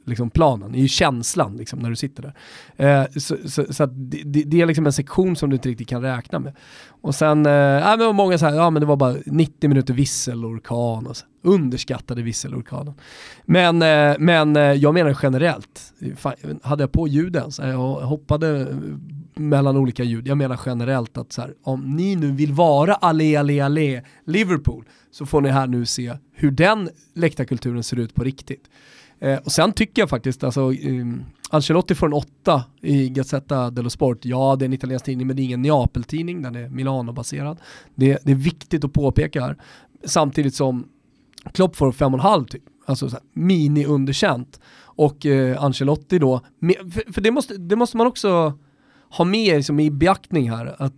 liksom planen, det är ju känslan liksom, när du sitter där. Eh, så så, så att det, det är liksom en sektion som du inte riktigt kan räkna med. Och sen, eh, ja, men många så här, ja men det var bara nittio minuter visselorkan och så. Underskattade visselorkanen. Men, eh, men eh, jag menar generellt, fan, hade jag på ljuden så jag hoppade mellan olika ljud. Jag menar generellt att så här, om ni nu vill vara allé, allé, allé Liverpool, så får ni här nu se hur den läktarkulturen ser ut på riktigt. Eh, och sen tycker jag faktiskt, alltså, um, Ancelotti får en åtta i Gazzetta dello Sport. Ja, det är en italiensk tidning, men det är ingen Neapel-tidning, den är Milano-baserad. Det, det är viktigt att påpeka här. Samtidigt som Klopp får fem och en halv typ. Alltså så här, mini-underkänt. Och eh, Ancelotti då, med, för, för det, måste, det måste man också ha med liksom, i beaktning här, att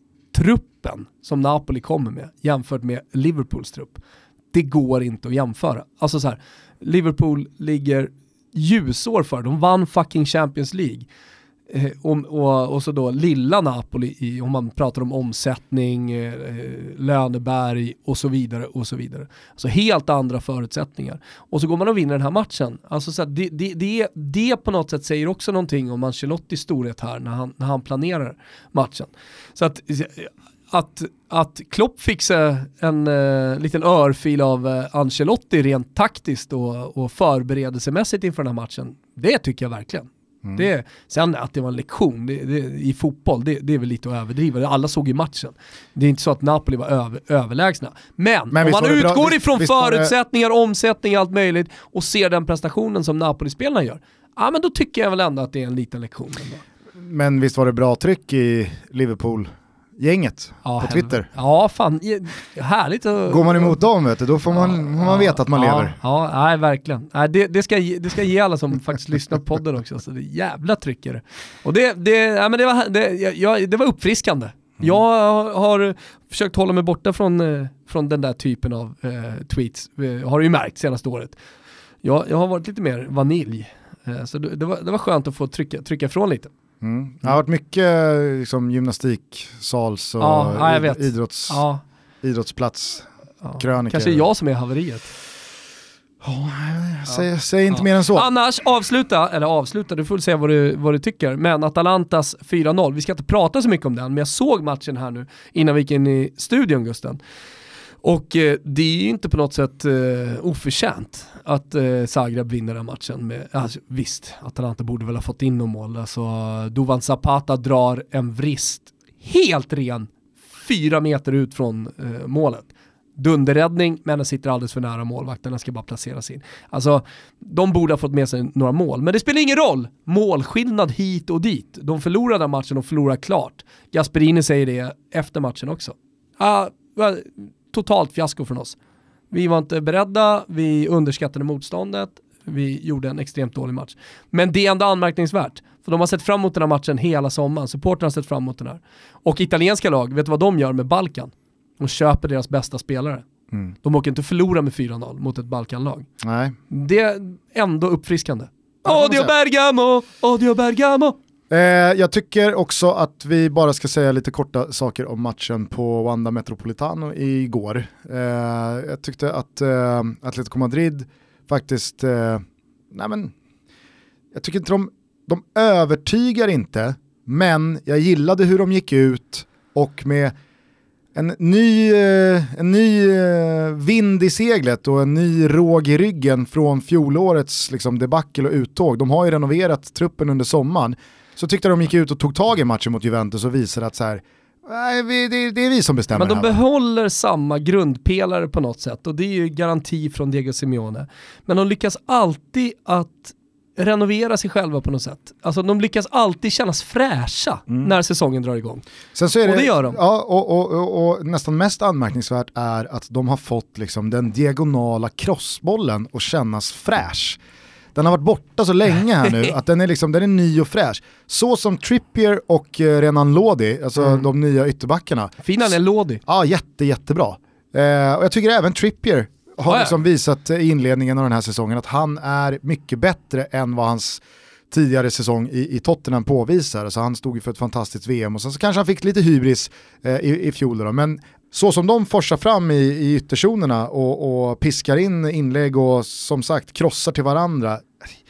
truppen som Napoli kommer med jämfört med Liverpools trupp, det går inte att jämföra. Alltså så här, Liverpool ligger ljusår för. De vann fucking Champions League. Eh, och, och, och så då lilla Napoli, i, om man pratar om omsättning, eh, löneberg och så vidare och så vidare. Alltså helt andra förutsättningar. Och så går man och vinner den här matchen. Alltså så här, det, det, det, det på något sätt säger också någonting om Ancelottis storhet här när han, när han planerar matchen. Så att Att, att Klopp fick sig en uh, liten örfil av uh, Ancelotti rent taktiskt och, och förberedelsemässigt inför den här matchen, det tycker jag verkligen. Mm. Det, sen att det var en lektion det, det, i fotboll, det, det är väl lite att överdriva. Alla såg ju matchen. Det är inte så att Napoli var över, överlägsna. Men, Men om man utgår bra, ifrån visst, förutsättningar, det... omsättning, allt möjligt och ser den prestationen som Napoli-spelarna gör, ja, men då tycker jag väl ändå att det är en liten lektion. Ändå. Men visst var det bra tryck i Liverpool gänget ja, på Twitter. Ja, fan, härligt. Att, går man emot dem, vet du, då får man, ja, får man ja, veta att man ja, lever. Ja, nej, verkligen. Nej, det, det, ska, det ska ge alla som faktiskt lyssnar på podden också. Så det är jävla tryckare. Och det, det, ja, men det, var, det, jag, det var uppfriskande. Mm. Jag har försökt hålla mig borta från, från den där typen av eh, tweets. Har du ju märkt senaste året. Jag, jag har varit lite mer vanilj. Eh, så det, det, var, det var skönt att få trycka, trycka ifrån lite. Mm. Det har varit mycket liksom, gymnastiksals och ja, id- idrotts, ja. idrottsplats ja. krönikor. Kanske jag som är haveriet. Oh, säg, ja. säg inte ja. mer än så. Annars avsluta, eller avsluta, du får säga vad du, vad du tycker. Men Atalantas fyra noll, vi ska inte prata så mycket om den, men jag såg matchen här nu innan vi gick in i studion, Gusten. Och eh, det är ju inte på något sätt eh, oförtjänt att eh, Zagreb vinner den matchen. Med, alltså, visst, Atalanta borde väl ha fått in någon mål. Alltså, Duvan Zapata drar en vrist helt ren fyra meter ut från eh, målet. Dunderräddning, men den sitter alldeles för nära målvakten. Den ska bara placeras in. Alltså, de borde ha fått med sig några mål. Men det spelar ingen roll. Målskillnad hit och dit. De förlorar den matchen och förlorar klart. Gasperini säger det efter matchen också. Ah, totalt fiasko från oss. Vi var inte beredda, vi underskattade motståndet, vi gjorde en extremt dålig match. Men det är ändå anmärkningsvärt, för de har sett fram emot den här matchen hela sommaren. Supporterna har sett fram emot den här. Och italienska lag, vet du vad de gör med Balkan? De köper deras bästa spelare. Mm. De åker inte förlora med fyra noll mot ett Balkanlag. Nej. Det är ändå uppfriskande. Odio Bergamo! Odio Bergamo! Eh, jag tycker också att vi bara ska säga lite korta saker om matchen på Wanda Metropolitano igår. Eh, jag tyckte att eh, Atletico Madrid faktiskt, eh, nej men, jag tycker inte de, de övertygar inte, men jag gillade hur de gick ut och med en ny, eh, en ny eh, vind i seglet och en ny råg i ryggen från fjolårets liksom, debacle och uttåg. De har ju renoverat truppen under sommaren. Så tyckte de gick ut och tog tag i matchen mot Juventus och visade att så här, nej, vi, det, det är vi som bestämmer. Men de här, behåller samma grundpelare på något sätt och det är ju garanti från Diego Simeone. Men de lyckas alltid att renovera sig själva på något sätt. Alltså de lyckas alltid kännas fräscha mm. när säsongen drar igång. Sen så är det, och det gör de. Ja, och, och, och, och nästan mest anmärkningsvärt är att de har fått liksom den diagonala crossbollen att kännas fräsch. Den har varit borta så länge här nu att den är, liksom, den är ny och fräsch. Så som Trippier och eh, Renan Lodi, alltså mm. de nya ytterbackarna. Finan är Lodi. Ja, jätte, jättebra. Eh, och jag tycker även Trippier har ah, ja. liksom visat i inledningen av den här säsongen att han är mycket bättre än vad hans tidigare säsong i, i Tottenham påvisar. Alltså han stod ju för ett fantastiskt V M och sen så kanske han fick lite hybris eh, i, i fjol då. Men så som de forsar fram i, i ytterzonerna och, och piskar in inlägg och som sagt krossar till varandra.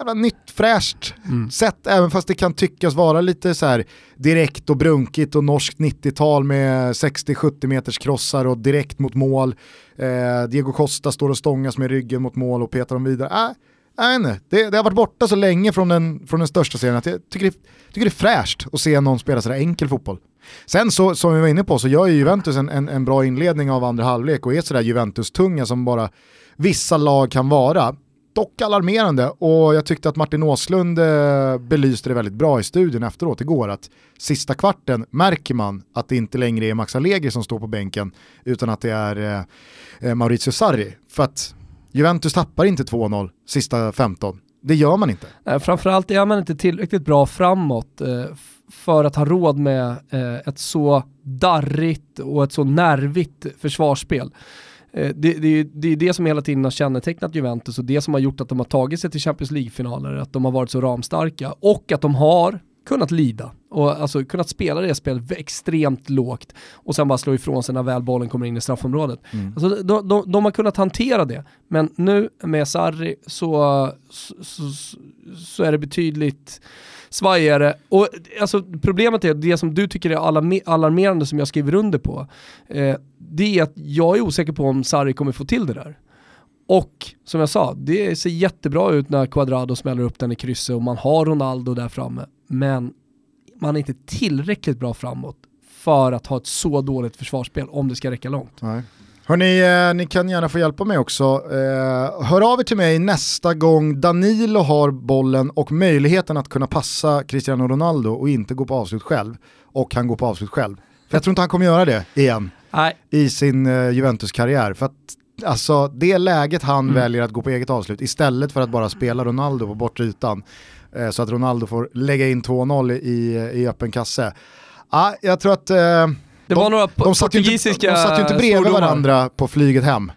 jävla nytt, fräscht Mm. sätt, även fast det kan tyckas vara lite så här direkt och brunkigt och norskt nittiotal med sextio sjuttio meters krossar och direkt mot mål. Eh, Diego Costa står och stångas med ryggen mot mål och petar dem vidare. Äh, jag vet inte. Det, det har varit borta så länge från den, från den största serien att jag tycker det, tycker det är fräscht att se någon spela sådär enkel fotboll. Sen så, som vi var inne på, så gör ju Juventus en, en, en bra inledning av andra halvlek och är sådär Juventus-tunga som bara vissa lag kan vara. Dock alarmerande, och jag tyckte att Martin Åslund eh, belyste det väldigt bra i studion efteråt igår, att sista kvarten märker man att det inte längre är Max Allegri som står på bänken utan att det är eh, Maurizio Sarri, för att Juventus tappar inte två noll sista femton. Det gör man inte. Nej, framförallt är man inte tillräckligt bra framåt eh, för att ha råd med eh, ett så darrigt och ett så nervigt försvarsspel. Eh, det, det, det är det som hela tiden har kännetecknat Juventus, och det som har gjort att de har tagit sig till Champions League-finaler, att de har varit så ramstarka och att de har kunnat lida och alltså kunnat spela det spelet extremt lågt och sen bara slå ifrån sig när väl bollen kommer in i straffområdet. Mm. Alltså, de, de, de har kunnat hantera det, men nu med Sarri så, så, så, så är det betydligt svajigare. Och alltså, problemet är det som du tycker är alarmerande, som jag skriver under på, eh, det är att jag är osäker på om Sarri kommer få till det där. Och som jag sa, det ser jättebra ut när Cuadrado smäller upp den i krysset och man har Ronaldo där framme. Men man är inte tillräckligt bra framåt för att ha ett så dåligt försvarsspel om det ska räcka långt. Nej. Hörrni, eh, ni kan gärna få hjälpa mig också. Eh, hör av er till mig nästa gång Danilo har bollen och möjligheten att kunna passa Cristiano Ronaldo och inte gå på avslut själv. Och han går på avslut själv. För jag tror inte han kommer göra det igen. Nej. I sin eh, Juventus-karriär. För att alltså, det läget han mm. väljer att gå på eget avslut istället för att bara spela Ronaldo på bortre ytan, eh, så att Ronaldo får lägga in två noll i, i öppen kasse. Ah, jag tror att eh, det de, var några de, satt inte, de satt ju inte bredvid stordomar. varandra på flyget hem.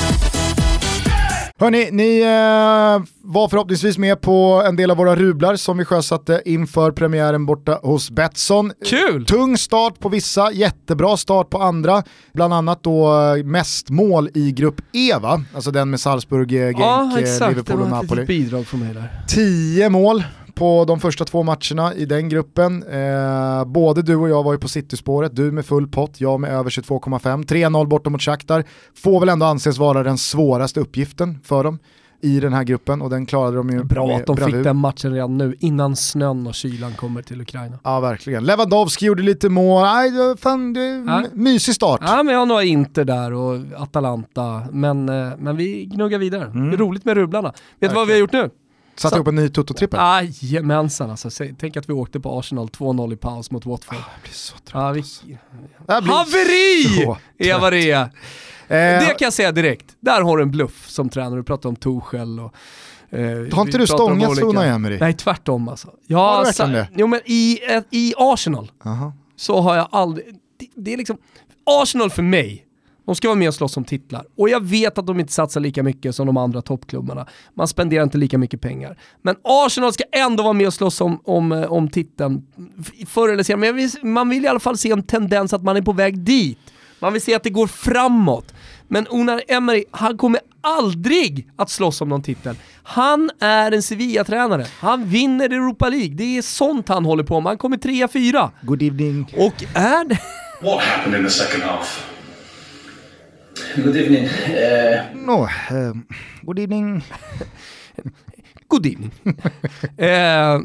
Hörrni, ni eh, var förhoppningsvis med på en del av våra rublar som vi sjösatte inför premiären borta hos Betsson. Kul! Tung start på vissa, jättebra start på andra. Bland annat då mest mål i grupp E, va? Alltså den med Salzburg, Genk, ja, exakt. Liverpool och Napoli. Det var ett bidrag från mig där. Tio mål på de första två matcherna i den gruppen. Eh, både du och jag var ju på City-spåret. Du med full pott, jag med över tjugotvå komma fem. tre noll borta mot Shakhtar. Får väl ändå anses vara den svåraste uppgiften för dem i den här gruppen, och den klarade de ju. Bra att de bravur. fick den matchen redan nu innan snön och kylan kommer till Ukraina. Ja, verkligen. Lewandowski gjorde lite mål. Nej, fan, det är ja. mysig start. Ja, men jag har nog Inter där och Atalanta, men, men vi gnuggar vidare. Mm. Det är roligt med rubblarna. Vet du vad vi har gjort nu? Satt upp en ny Toto-trippel. Jajamensan, alltså. Tänk att vi åkte på Arsenal två noll i paus mot Watford. Ah, jag blir så trött. Ja, vi... blir Haveri! Så är vad det är. Eh, det kan jag säga direkt. Där har du en bluff som tränare. Du pratar om Tuchel och... Eh, har inte du stångats för Unai Emery? Nej, tvärtom alltså. Jag har har du verkligen det? Jo, men i, i Arsenal uh-huh. så har jag aldrig... Det, det är liksom... Arsenal för mig, de ska vara med och slåss om titlar. Och jag vet att de inte satsar lika mycket som de andra toppklubbarna. Man spenderar inte lika mycket pengar. Men Arsenal ska ändå vara med och slåss om, om, om titeln förr eller senare. Men jag vill, man vill i alla fall se en tendens att man är på väg dit. Man vill se att det går framåt. Men Unai Emery, han kommer aldrig att slåss om någon titel. Han är en Sevilla-tränare. Han vinner Europa League. Det är sånt han håller på med. Han kommer trea, fyra. Good evening. Och är det... What happened in the second half? Good evening. Uh... No, uh, good evening. Good evening. uh,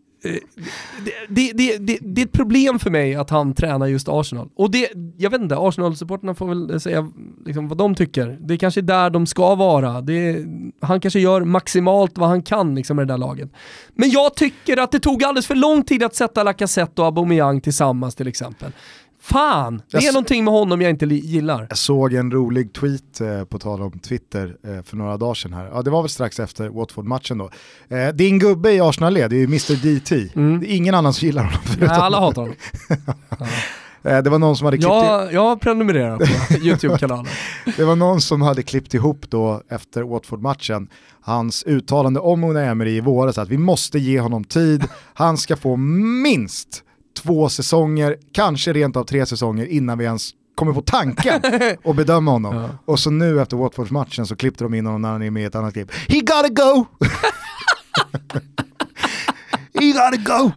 Det, det, det, det är ett problem för mig att han tränar just Arsenal. Och det, jag vet inte, Arsenal-supporterna får väl säga liksom vad de tycker. Det är kanske där de ska vara. Det, han kanske gör maximalt vad han kan liksom, med det där laget. Men jag tycker att det tog alldeles för lång tid att sätta Lacazette och Aubameyang tillsammans till exempel. Fan, det är jag någonting med honom jag inte li- gillar. Jag såg en rolig tweet eh, på tal om Twitter eh, för några dagar sedan här. Ja, det var väl strax efter Watford-matchen då. Eh, din gubbe i Arsenal-led, det är ju mister D T. Mm. Det är ingen annan som gillar honom. Nej, alla hatar honom. Ja. eh, det var någon som hade klippt ja, jag prenumererar på YouTube-kanalen. Det var någon som hade klippt ihop då efter Watford-matchen hans uttalande om Unai Emery i våras att vi måste ge honom tid. Han ska få minst två säsonger, kanske rent av tre säsonger innan vi ens kommer på tanken och bedöma honom. Ja. Och så nu efter Watford-matchen så klippte de in honom när han är med i ett annat klipp. He gotta go! You gotta go!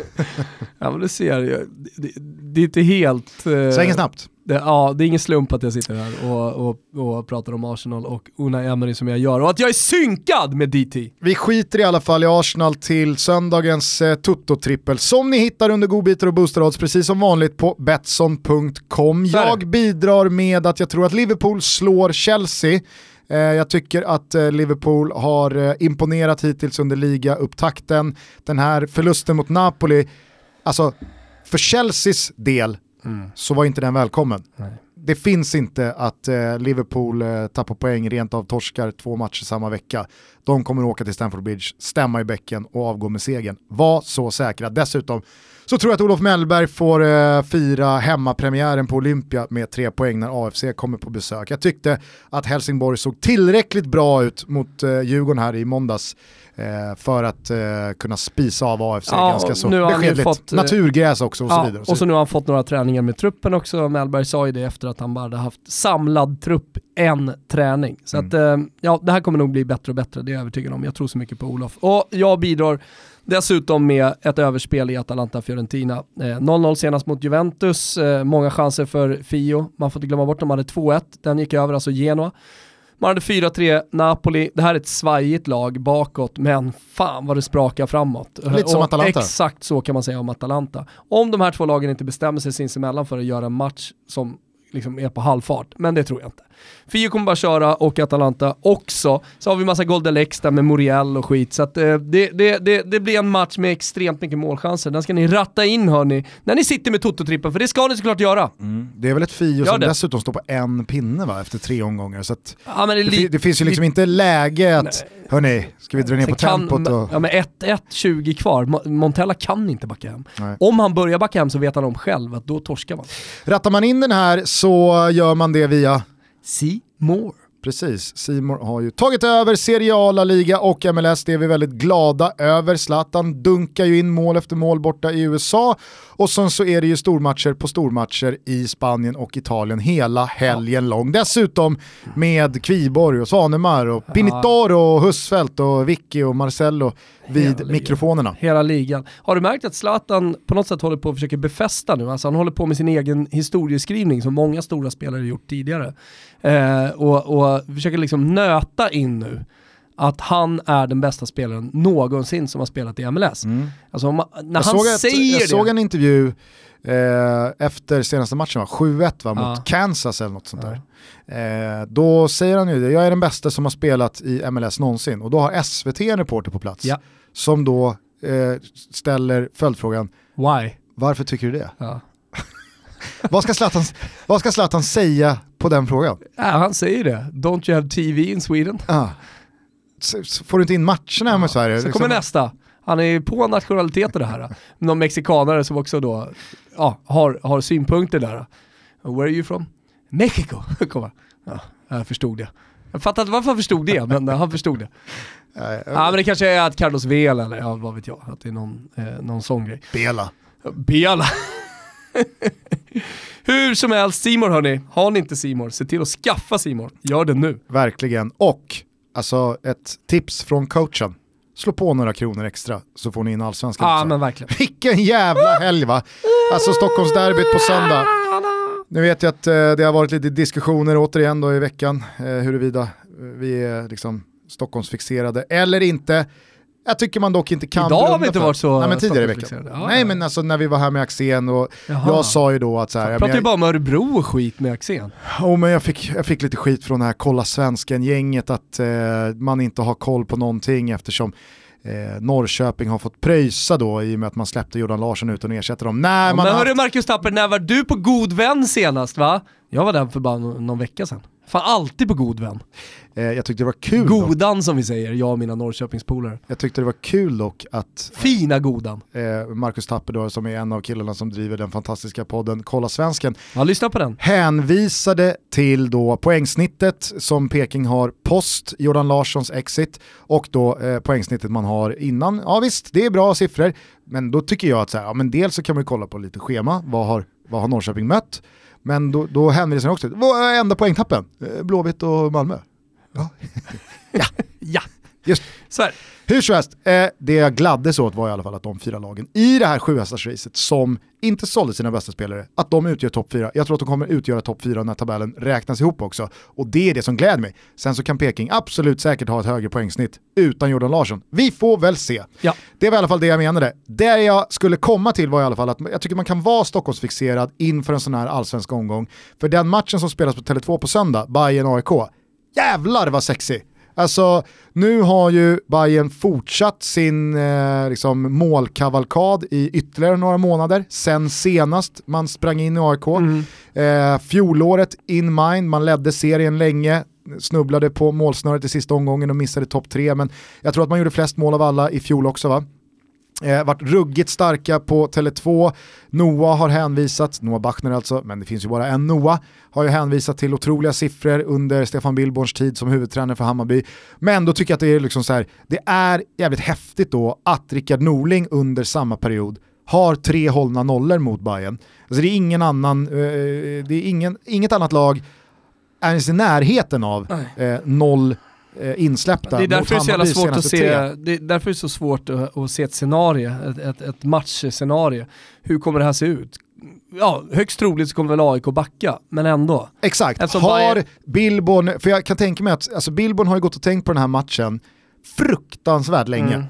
Ja, men du ser, det, det, det är inte helt... Eh, Svänger snabbt. Det, ja, det är ingen slump att jag sitter här och, och, och pratar om Arsenal och Unai Emery som jag gör och att jag är synkad med D T. Vi skiter i alla fall i Arsenal till söndagens eh, Tutto-trippel som ni hittar under godbitar och boosterodds precis som vanligt på Betsson punkt com. Jag bidrar med att jag tror att Liverpool slår Chelsea. Eh, jag tycker att eh, Liverpool har eh, imponerat hittills under liga-upptakten. Den här förlusten mot Napoli, alltså för Chelseas del mm. så var inte den välkommen. Nej. Det finns inte att eh, Liverpool eh, tappar poäng, rent av torskar två matcher samma vecka. De kommer åka till Stamford Bridge, stämma i bäcken och avgå med segern. Var så säkra. Dessutom så tror jag att Olof Mellberg får eh, fira hemmapremiären på Olympia med tre poäng när A F C kommer på besök. Jag tyckte att Helsingborg såg tillräckligt bra ut mot eh, Djurgården här i måndags eh, för att eh, kunna spisa av A F C ja, ganska så beskedligt. Fått, naturgräs också och ja, så vidare. Och så nu har han fått några träningar med truppen också. Mellberg sa ju det efter att han bara hade haft samlad trupp en träning. Så mm. att eh, ja, det här kommer nog bli bättre och bättre, det är jag övertygad om. Jag tror så mycket på Olof. Och jag bidrar dessutom med ett överspel i Atalanta-Fiorentina. Eh, noll noll senast mot Juventus. Eh, många chanser för Fio. Man får inte glömma bort att de hade två ett. Den gick över, alltså Genoa. Man hade fyra tre Napoli. Det här är ett svajigt lag bakåt, men fan vad det sprakar framåt. Lite som Atalanta. Exakt så kan man säga om Atalanta. Om de här två lagen inte bestämmer sig sinsemellan för att göra en match som liksom är på halvfart, men det tror jag inte. Fio kommer bara köra och Atalanta också. Så har vi massa Golden-Lex där med Muriel och skit. Så att, eh, det, det, det, det blir en match med extremt mycket målchanser. Den ska ni ratta in, hörni, när ni sitter med Toto-trippen, för det ska ni såklart göra. Mm. Det är väl ett Fio som det. dessutom står på en pinne va, efter tre omgångar. Så att ja, men det, det, det finns ju liksom inte läge att, hörni, ska vi dra ner Sen på tempot? Kan, och... Ja, men ett ett tjugo kvar. Montella kan inte backa hem. Nej. Om han börjar backa hem så vet han om själv att då torskar man. Rattar man in den här så gör man det via C More. Precis, C More har ju tagit över Serie A, La Liga och M L S. Det är vi väldigt glada över. Zlatan dunkar ju in mål efter mål borta i U S A. Och sen så är det ju stormatcher på stormatcher i Spanien och Italien hela helgen ja. lång. Dessutom med Kviborg och Svanemar och Pinitoro och Husfeldt och Vicky och Marcello vid hela mikrofonerna. Ligan. Hela ligan. Har du märkt att Zlatan på något sätt håller på att försöka befästa nu? Alltså han håller på med sin egen historieskrivning som många stora spelare gjort tidigare. Eh, och, och försöker liksom nöta in nu att han är den bästa spelaren någonsin som har spelat i M L S. Mm. Alltså om, när jag han såg ett, säger jag det... såg en intervju eh, efter senaste matchen, va? sju ett va, ja. mot Kansas eller något sånt ja. där. Eh, då säger han ju det, jag är den bästa som har spelat i M L S någonsin. Och då har S V T en reporter på plats ja. som då eh, ställer följdfrågan: Why? Varför tycker du det? Ja. vad, ska Zlatan, vad ska Zlatan säga på den frågan? Ja, han säger det. Don't you have T V in Sweden? Ja. Får du inte in matcherna hemma i Sverige? Så kommer nästa. Han är på nationaliteter det här. Någon mexikanare som också då ja, har, har synpunkter där. Where are you from? Mexico. Kom ja, jag förstod det. Jag fattar inte varför han förstod det, men han förstod det. Ja, men det kanske är att Carlos Vela eller ja, vad vet jag. Att det är någon, eh, någon sån grej. Bela. Bela. Hur som helst, C More hörni. Har ni inte C More, se till att skaffa C More. Gör det nu. Verkligen. Och alltså ett tips från coachen. Slå på några kronor extra så får ni in allsvenskan. Ja, men verkligen. Vilken jävla helg va? Alltså Stockholmsderbyt på söndag. Nu vet jag att eh, det har varit lite diskussioner återigen då i veckan eh, huruvida vi är liksom Stockholmsfixerade eller inte. Jag tycker man dock inte kan. Idag har vi inte varit så. Nej, men tidigare i veckan. Ja, Nej, men alltså när vi var här med Axén och Jaha. jag sa ju då att så här. Jag pratar ju bara om Örebro och skit med Axén. Oh, men jag fick, jag fick lite skit från det här Kolla Svensken-gänget att eh, man inte har koll på någonting eftersom eh, Norrköping har fått pröjsa då i och med att man släppte Jordan Larsson ut och ersätter dem. Nej, ja, man men har... hörru Marcus Tapper, när var du på God Vän senast va? Jag var där för bara någon, någon vecka sedan. Fan, alltid på God Vän. Eh, jag tyckte det var kul. Godan dock. Som vi säger, jag och mina Norrköpingspolare. Jag tyckte det var kul dock att... Fina Godan. Eh, Marcus Tapper då, som är en av killarna som driver den fantastiska podden Kolla Svensken. Ja, lyssna på den. Hänvisade till då poängsnittet som Peking har post Jordan Larssons exit och då eh, poängsnittet man har innan. Ja visst, det är bra siffror. Men då tycker jag att så här, ja, men dels så kan man ju kolla på lite schema. Vad har, vad har Norrköping mött? Men då, då hänvisar jag också. Vad är enda poängtappen? Blåvitt och Malmö. Ja. ja, ja. Just så här. Hur som helst, eh, det jag gladdes åt var i alla fall att de fyra lagen i det här sjuhästarsracet som inte sålde sina bästa spelare, att de utgör topp fyra. Jag tror att de kommer utgöra topp fyra när tabellen räknas ihop också. Och det är det som gläder mig. Sen så kan Peking absolut säkert ha ett högre poängsnitt utan Jordan Larsson. Vi får väl se. Ja. Det var i alla fall det jag menade. Det jag skulle komma till var i alla fall att jag tycker man kan vara Stockholmsfixerad inför en sån här allsvensk omgång. För den matchen som spelas på Tele två på söndag, Bayern A I K, jävlar vad sexy. Alltså, nu har ju Bayern fortsatt sin eh, liksom, målkavalkad i ytterligare några månader. Sen senast man sprang in i A I K. Mm. Eh, fjolåret in mind, man ledde serien länge, snubblade på målsnöret i sista omgången och missade topp tre. Men jag tror att man gjorde flest mål av alla i fjol också, va? Eh, varit ruggigt starka på Tele två. Noah har hänvisat, Noah Bachner alltså, men det finns ju bara en Noah, har ju hänvisat till otroliga siffror under Stefan Billborns tid som huvudtränare för Hammarby. Men då tycker jag att det är liksom så här, det är jävligt häftigt då att Rickard Norling under samma period har tre hållna nollor mot Bayern. Alltså det är ingen annan, eh, det är ingen, inget annat lag är ens i närheten av eh, noll insläppta. Det är därför det är så jävla svårt att se, det är därför det är så svårt att, att se ett scenario, ett, ett, ett matchscenario. Hur kommer det här se ut? Ja, högst troligt så kommer väl A I K backa, men ändå. Exakt. Eftersom har Bayern... Billborn, för jag kan tänka mig att alltså Billborn har ju gått och tänkt på den här matchen fruktansvärt länge. Mm,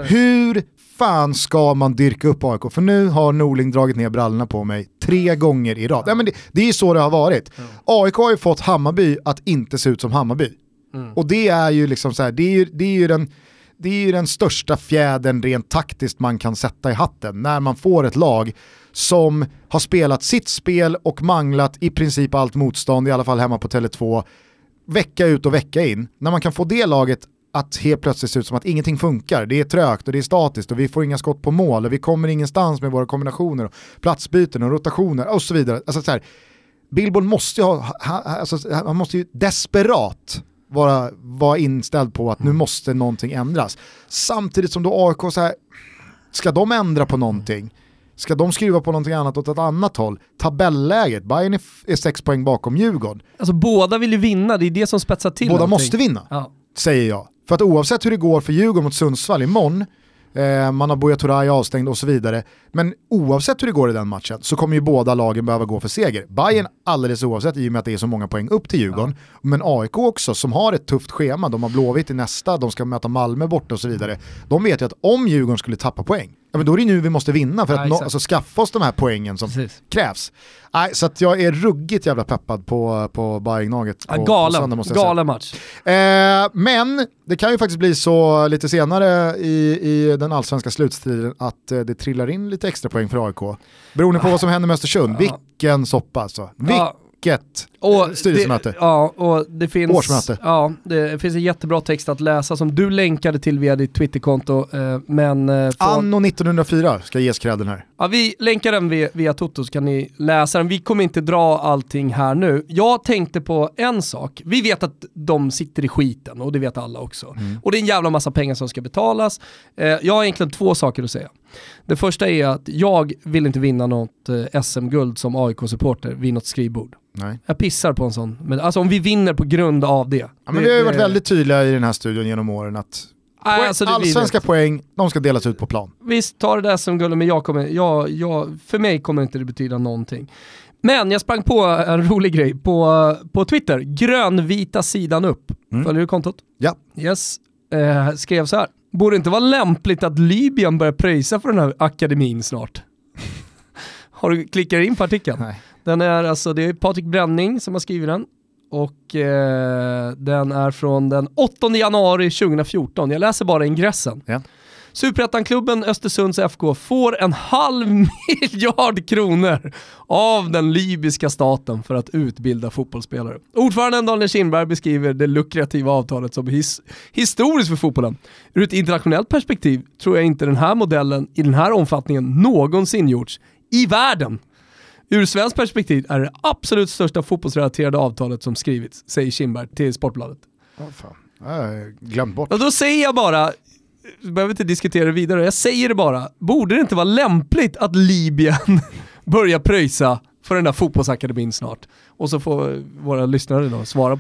Hur fan ska man dyrka upp A I K? För nu har Norling dragit ner brallorna på mig tre gånger i rad. Ja, men det, det är ju så det har varit. Mm. A I K har ju fått Hammarby att inte se ut som Hammarby. Mm. Och det är ju liksom så här, det är ju, det är ju den det är ju den största fjädern rent taktiskt man kan sätta i hatten när man får ett lag som har spelat sitt spel och manglat i princip allt motstånd, i alla fall hemma på Tele två, vecka ut och vecka in. När man kan få det laget att helt plötsligt se ut som att ingenting funkar, det är trögt och det är statiskt och vi får inga skott på mål och vi kommer ingenstans med våra kombinationer och platsbyten och rotationer och så vidare. Alltså så här, Billborn måste ju ha, ha alltså, han måste ju desperat vara, vara inställd på att nu måste någonting ändras. Samtidigt som då A I K så här, ska de ändra på någonting? Ska de skriva på någonting annat åt ett annat håll? Tabelläget, Bayern är, f- är sex poäng bakom Djurgården. Alltså båda vill ju vinna, det är det som spetsar till. Båda någonting. måste vinna, ja. säger jag. För att oavsett hur det går för Djurgården mot Sundsvall imorgon, eh, man har Buya Turay avstängd och så vidare, men oavsett hur det går i den matchen så kommer ju båda lagen behöva gå för seger. Bayern alldeles oavsett, i och med att det är så många poäng upp till Djurgården, ja. Men A I K också som har ett tufft schema, de har Blåvitt i nästa, de ska möta Malmö borta och så vidare. De vet ju att om Djurgården skulle tappa poäng, ja, men då är det nu vi måste vinna för att ja, no- alltså, skaffa oss de här poängen som Precis. krävs. Nej, så att jag är ruggigt jävla peppad på, på Bayern-Gnaget. Ja, galen, galen match. Eh, men det kan ju faktiskt bli så lite senare i, i den allsvenska slutstriden att eh, det trillar in lite extra poäng för A I K. Beroende på vad som händer med Östersund. Ja. Vilken soppa alltså. Ja. Vilket och styrelsemöte. Det, ja, och det finns, årsmöte. Ja, det finns en jättebra text att läsa som du länkade till via ditt Twitterkonto. Eh, men, eh, från... Anno nittonhundrafyra ska ges credden här. Ja, vi länkar den via, via Toto så kan ni läsa den. Vi kommer inte dra allting här nu. Jag tänkte på en sak. Vi vet att de sitter i skiten och det vet alla också. Mm. Och det är en jävla massa pengar som ska betalas. Eh, jag har egentligen två saker att säga. Det första är att jag vill inte vinna något eh, S M-guld som A I K-supporter vid något skrivbord. Nej. Jag pissar på en sån. Men alltså om vi vinner på grund av det. Ja, men det, vi har ju varit det... väldigt tydliga i den här studion genom åren att Nej, alltså allsvenska poäng, de ska delas ut på plan. Visst, tar det där S M-guldet, men jag kommer, jag, jag, för mig kommer inte det betyda någonting. Men jag sprang på en rolig grej på, på Twitter. Grönvita sidan upp. Mm. Följer du kontot? Ja. Yes. Eh, skrev så här. Borde inte vara lämpligt att Libyen börjar pröjsa för den här akademin snart? Har du klickat in på artikeln? Nej. Den är alltså, det är Patrik Bränning som har skrivit den. Och eh, den är från den åttonde januari tjugohundrafjorton. Jag läser bara ingressen. Ja. Superettan-klubben Östersunds F K får en halv miljard kronor av den libyska staten för att utbilda fotbollsspelare. Ordföranden Daniel Kindberg beskriver det lukrativa avtalet som his- historiskt för fotbollen. Ur ett internationellt perspektiv tror jag inte den här modellen i den här omfattningen någonsin gjorts i världen. Ur svensk perspektiv är det absolut största fotbollsrelaterade avtalet som skrivits, säger Kindberg till Sportbladet. Åh fan, jag har glömt bort. Och då säger jag bara, vi behöver inte diskutera det vidare, jag säger det bara, borde det inte vara lämpligt att Libyen börjar pröjsa för den där fotbollsakademin snart? Och så får våra lyssnare då svara på den.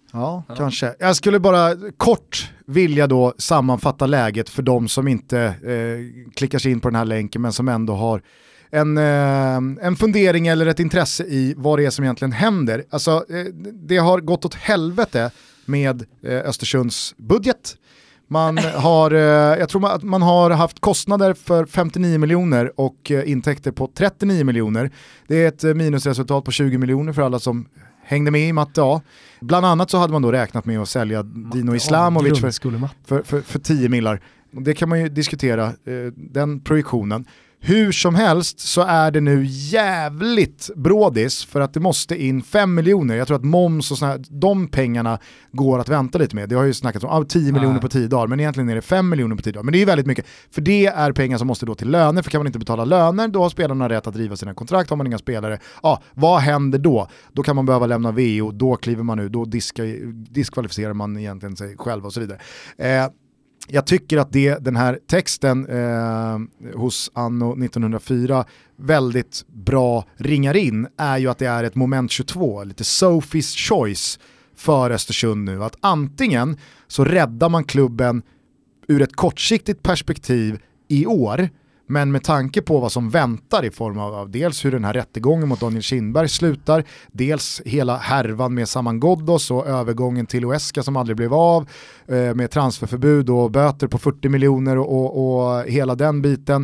Ja, ja, kanske. Jag skulle bara kort vilja då sammanfatta läget för de som inte eh, klickar sig in på den här länken men som ändå har en, eh, en fundering eller ett intresse i vad det är som egentligen händer. Alltså, eh, det har gått åt helvete med eh, Östersunds budget. Man har, eh, jag tror att man har haft kostnader för femtionio miljoner och eh, intäkter på trettionio miljoner. Det är ett eh, minusresultat på tjugo miljoner för alla som hängde med i matte A. Bland annat så hade man då räknat med att sälja Dino Islamovic för, för, för, för tio millar. Det kan man ju diskutera, eh, den projektionen. Hur som helst så är det nu jävligt brådis för att det måste in fem miljoner. Jag tror att moms och såna här, de pengarna går att vänta lite med. Det har ju snackats om ah, tio miljoner på tio dagar, men egentligen är det fem miljoner på tio dagar. Men det är ju väldigt mycket, för det är pengar som måste då till löner, för kan man inte betala löner, då har spelarna rätt att driva sina kontrakt. Har man inga spelare, ja, ah, vad händer då? Då kan man behöva lämna V O, då kliver man ut, då diska, diskvalificerar man egentligen sig själv och så vidare. Eh, Jag tycker att det, den här texten eh, hos Anno nittonhundrafyra väldigt bra ringar in är ju att det är ett moment tjugotvå, lite Sophie's choice för Östersund nu. Att antingen så räddar man klubben ur ett kortsiktigt perspektiv i år, men med tanke på vad som väntar i form av, av dels hur den här rättegången mot Daniel Kindberg slutar, dels hela härvan med Saman Ghoddos och övergången till Oeska som aldrig blev av, eh, med transferförbud och böter på fyrtio miljoner och, och, och hela den biten.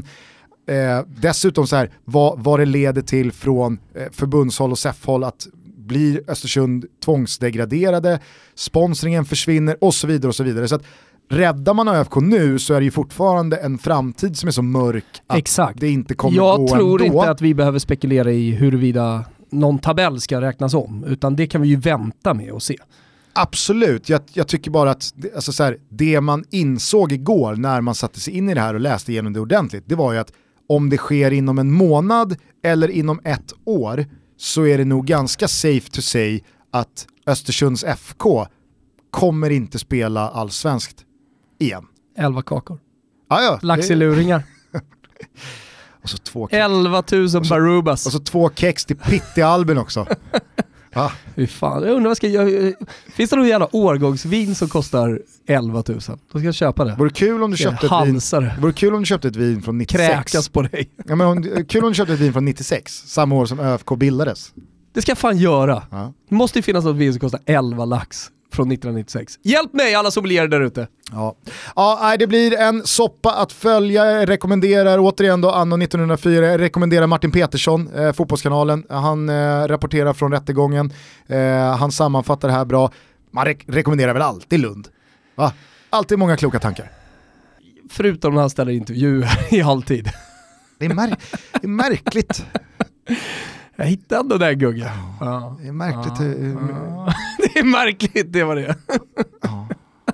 Eh, dessutom så här, vad, vad det leder till från eh, förbundshåll och S E F-håll, att blir Östersund tvångsdegraderade, sponsringen försvinner och så vidare och så vidare. Så att räddar man Ö F K nu så är det ju fortfarande en framtid som är så mörk att Exakt. det inte kommer Jag gå tror ändå. inte att vi behöver spekulera i huruvida någon tabell ska räknas om, utan det kan vi ju vänta med och se. Absolut, jag, jag tycker bara att alltså så här, det man insåg igår när man satte sig in i det här och läste igenom det ordentligt, det var ju att om det sker inom en månad eller inom ett år så är det nog ganska safe to say att Östersunds F K kommer inte spela allsvenskt igen. Elva kakor. Ah, ja, Laxiluringar. Och så två elva tusen Barubas. Och så två kex till Pitt i Albin också. Ah. Fy fan, jag undrar vad ska jag... Finns det någon jävla årgångsvin som kostar elva tusen? Då ska jag köpa det. Vore kul om du köpte ett vin. Vore kul om du köpte ett vin från nittiosex. Kräkas på dig. Ja, men kul om du köpte ett vin från nittiosex, samma år som Ö F K bildades. Det ska jag fan göra. Ja. Det måste ju finnas något vin som kostar elva lax från nittonhundranittiosex. Hjälp mig alla sommelier där ute. Ja. Ja, det blir en soppa att följa. Jag rekommenderar återigen då Anno nittonhundrafyra. Jag rekommenderar Martin Petersson, eh, Fotbollskanalen. Han eh, rapporterar från rättegången. Eh, han sammanfattar det här bra. Man re- rekommenderar väl alltid Lund. Va? Alltid många kloka tankar. Förutom när han ställer intervjuer i alltid. Det är, mär- det är märkligt. Jag hittade ändå den guggen. Ja, det är märkligt. Ja, ja. Det är märkligt, det var det. Ja.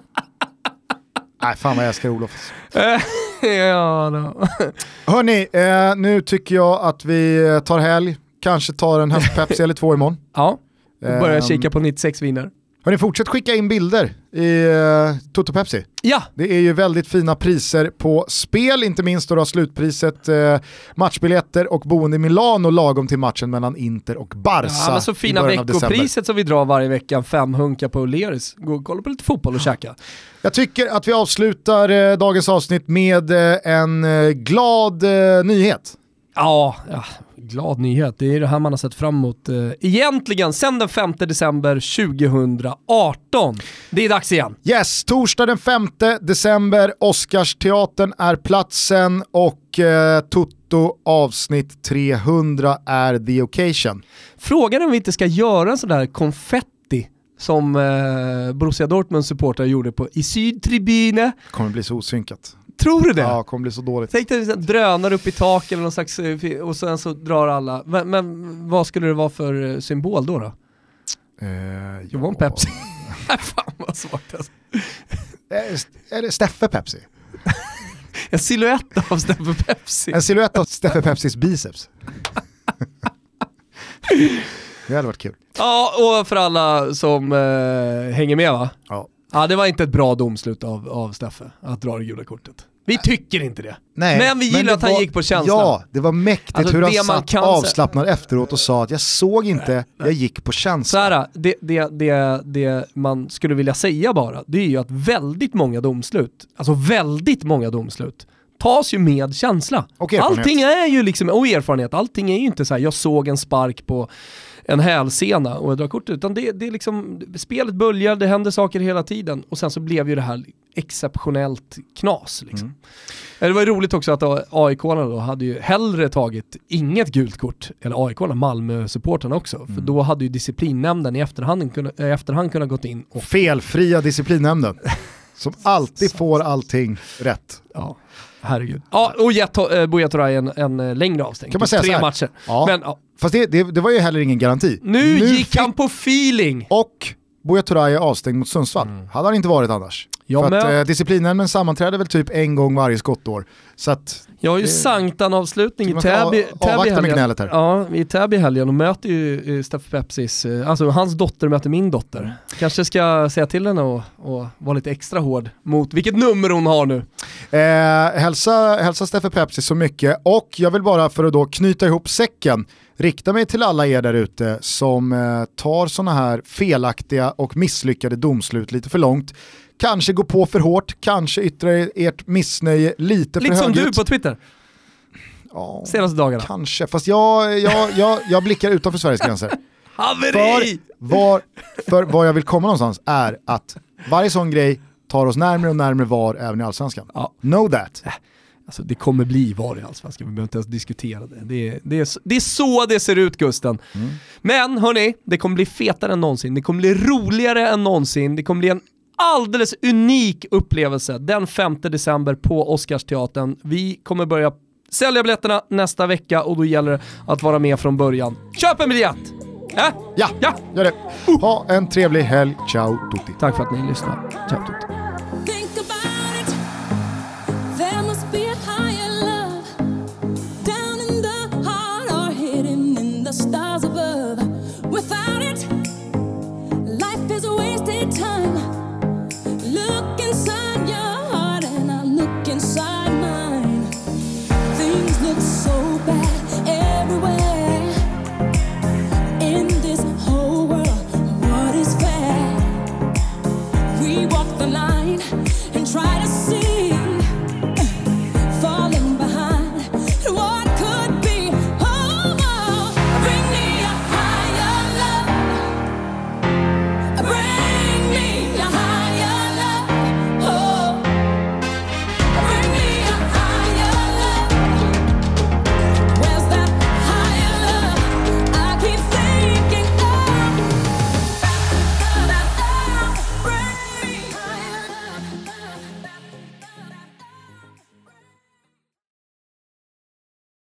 Nej, fan vad jag älskar Olof. Ja, då. Hörrni, eh, nu tycker jag att vi tar helg. Kanske tar en höstpepsi eller två imorgon. Ja, och börjar um, kika på nittiosex viner. Hörrni, fortsätt skicka in bilder i uh, Toto Pepsi. Ja. Det är ju väldigt fina priser på spel, inte minst då, då slutpriset, uh, matchbiljetter och boende i Milano lagom till matchen mellan Inter och Barca. Ja, men så fina veckopriset som vi drar varje vecka, fem hunkar på Leris. Gå och kolla på lite fotboll och käka. Jag tycker att vi avslutar uh, dagens avsnitt med uh, en uh, glad uh, nyhet. Ja, ja, glad nyhet. Det är det här man har sett fram emot eh, egentligen sedan den femte december tjugohundraarton. Det är dags igen. Yes, torsdag den femte december. Oscarsteatern är platsen och eh, Toto avsnitt trehundra är the occasion. Frågan är om vi inte ska göra en sån där konfetti som eh, Borussia Dortmunds supportrar gjorde på i Sydtribune. Kommer bli så osynkat. Tror du det? Ja, kommer bli så dåligt. Tänk dig drönar upp i taket eller någon slags, och sen så drar alla. Men, men vad skulle det vara för symbol då? då? Uh, you want Pepsi? Fan vad svårt alltså. Är det Steffe Pepsi? En silhuett av Steffe Pepsi. En silhuett av Steffe Pepsis biceps. Det hade varit kul. Ja, och för alla som eh, hänger med va? Ja. Ja, det var inte ett bra domslut av, av Steffe att dra det gula kortet. Vi tycker inte det. Nej, men vi gillar men att han var, gick på känslan. Ja, det var mäktigt alltså, hur han satt kan avslappnad se... efteråt och sa att jag såg inte, nej, nej. jag gick på känslan. Så här, det, det, det, det man skulle vilja säga bara, det är ju att väldigt många domslut, alltså väldigt många domslut, tas ju med känsla. Allting är ju liksom, och erfarenhet, allting är ju inte så här, jag såg en spark på en hälsena och jag drar kort, utan det, det är liksom, spelet böljar, det händer saker hela tiden och sen så blev ju det här exceptionellt knas liksom. Mm. Det var ju roligt också att A I K-arna då hade ju hellre tagit inget gult kort, eller A I K-arna, Malmö-supporterna också, mm. för då hade ju disciplinnämnden i efterhand, kunna, i efterhand kunnat gått in och... Felfria disciplinnämnden som alltid får allting rätt. Ja. Herregud. Ja, och gett uh, Buya Turay en, en längre avstängning. Kan man säga tre så matcher. Ja. Men, ja. Fast det, det, det var ju heller ingen garanti. Nu, nu gick han på feeling. Och Buya Turay är avstängd mot Sundsvall. Mm. Hade han inte varit annars. Ja, för men... att eh, disciplinen sammanträder väl typ en gång varje skottår. Så att, jag har ju det... Sanktan-avslutning i Täby, Täby helgen. Här. Ja, i Täby helgen och möter ju uh, Steffe Pepsis, uh, alltså hans dotter möter min dotter. Kanske ska säga till henne och, och vara lite extra hård mot vilket nummer hon har nu. Eh, hälsa, hälsa Steffe Pepsis så mycket, och jag vill bara för att då knyta ihop säcken rikta mig till alla er där ute som eh, tar såna här felaktiga och misslyckade domslut lite för långt. Kanske gå på för hårt, kanske yttrar ert missnöje lite för högt. Lite som högt. du på Twitter. Ja, senaste dagarna. Kanske, fast jag, jag, jag, jag blickar utanför Sveriges gränser. Haveri! För, var, för vad jag vill komma någonstans är att varje sån grej tar oss närmare och närmare var även i Allsvenskan. Ja. Know that. Alltså det kommer bli var i Allsvenskan, vi behöver inte ens diskutera det. Det är, det är, det är så det ser ut, Gusten. Mm. Men hörni, det kommer bli fetare än någonsin. Det kommer bli roligare än någonsin. Det kommer bli en alldeles unik upplevelse den femte december på Oscarsteatern. Vi kommer börja sälja biljetterna nästa vecka och då gäller det att vara med från början. Köp en biljett! Äh? Ja, ja, gör det. Ha en trevlig helg. Ciao tutti. Tack för att ni lyssnar. Ciao tutti.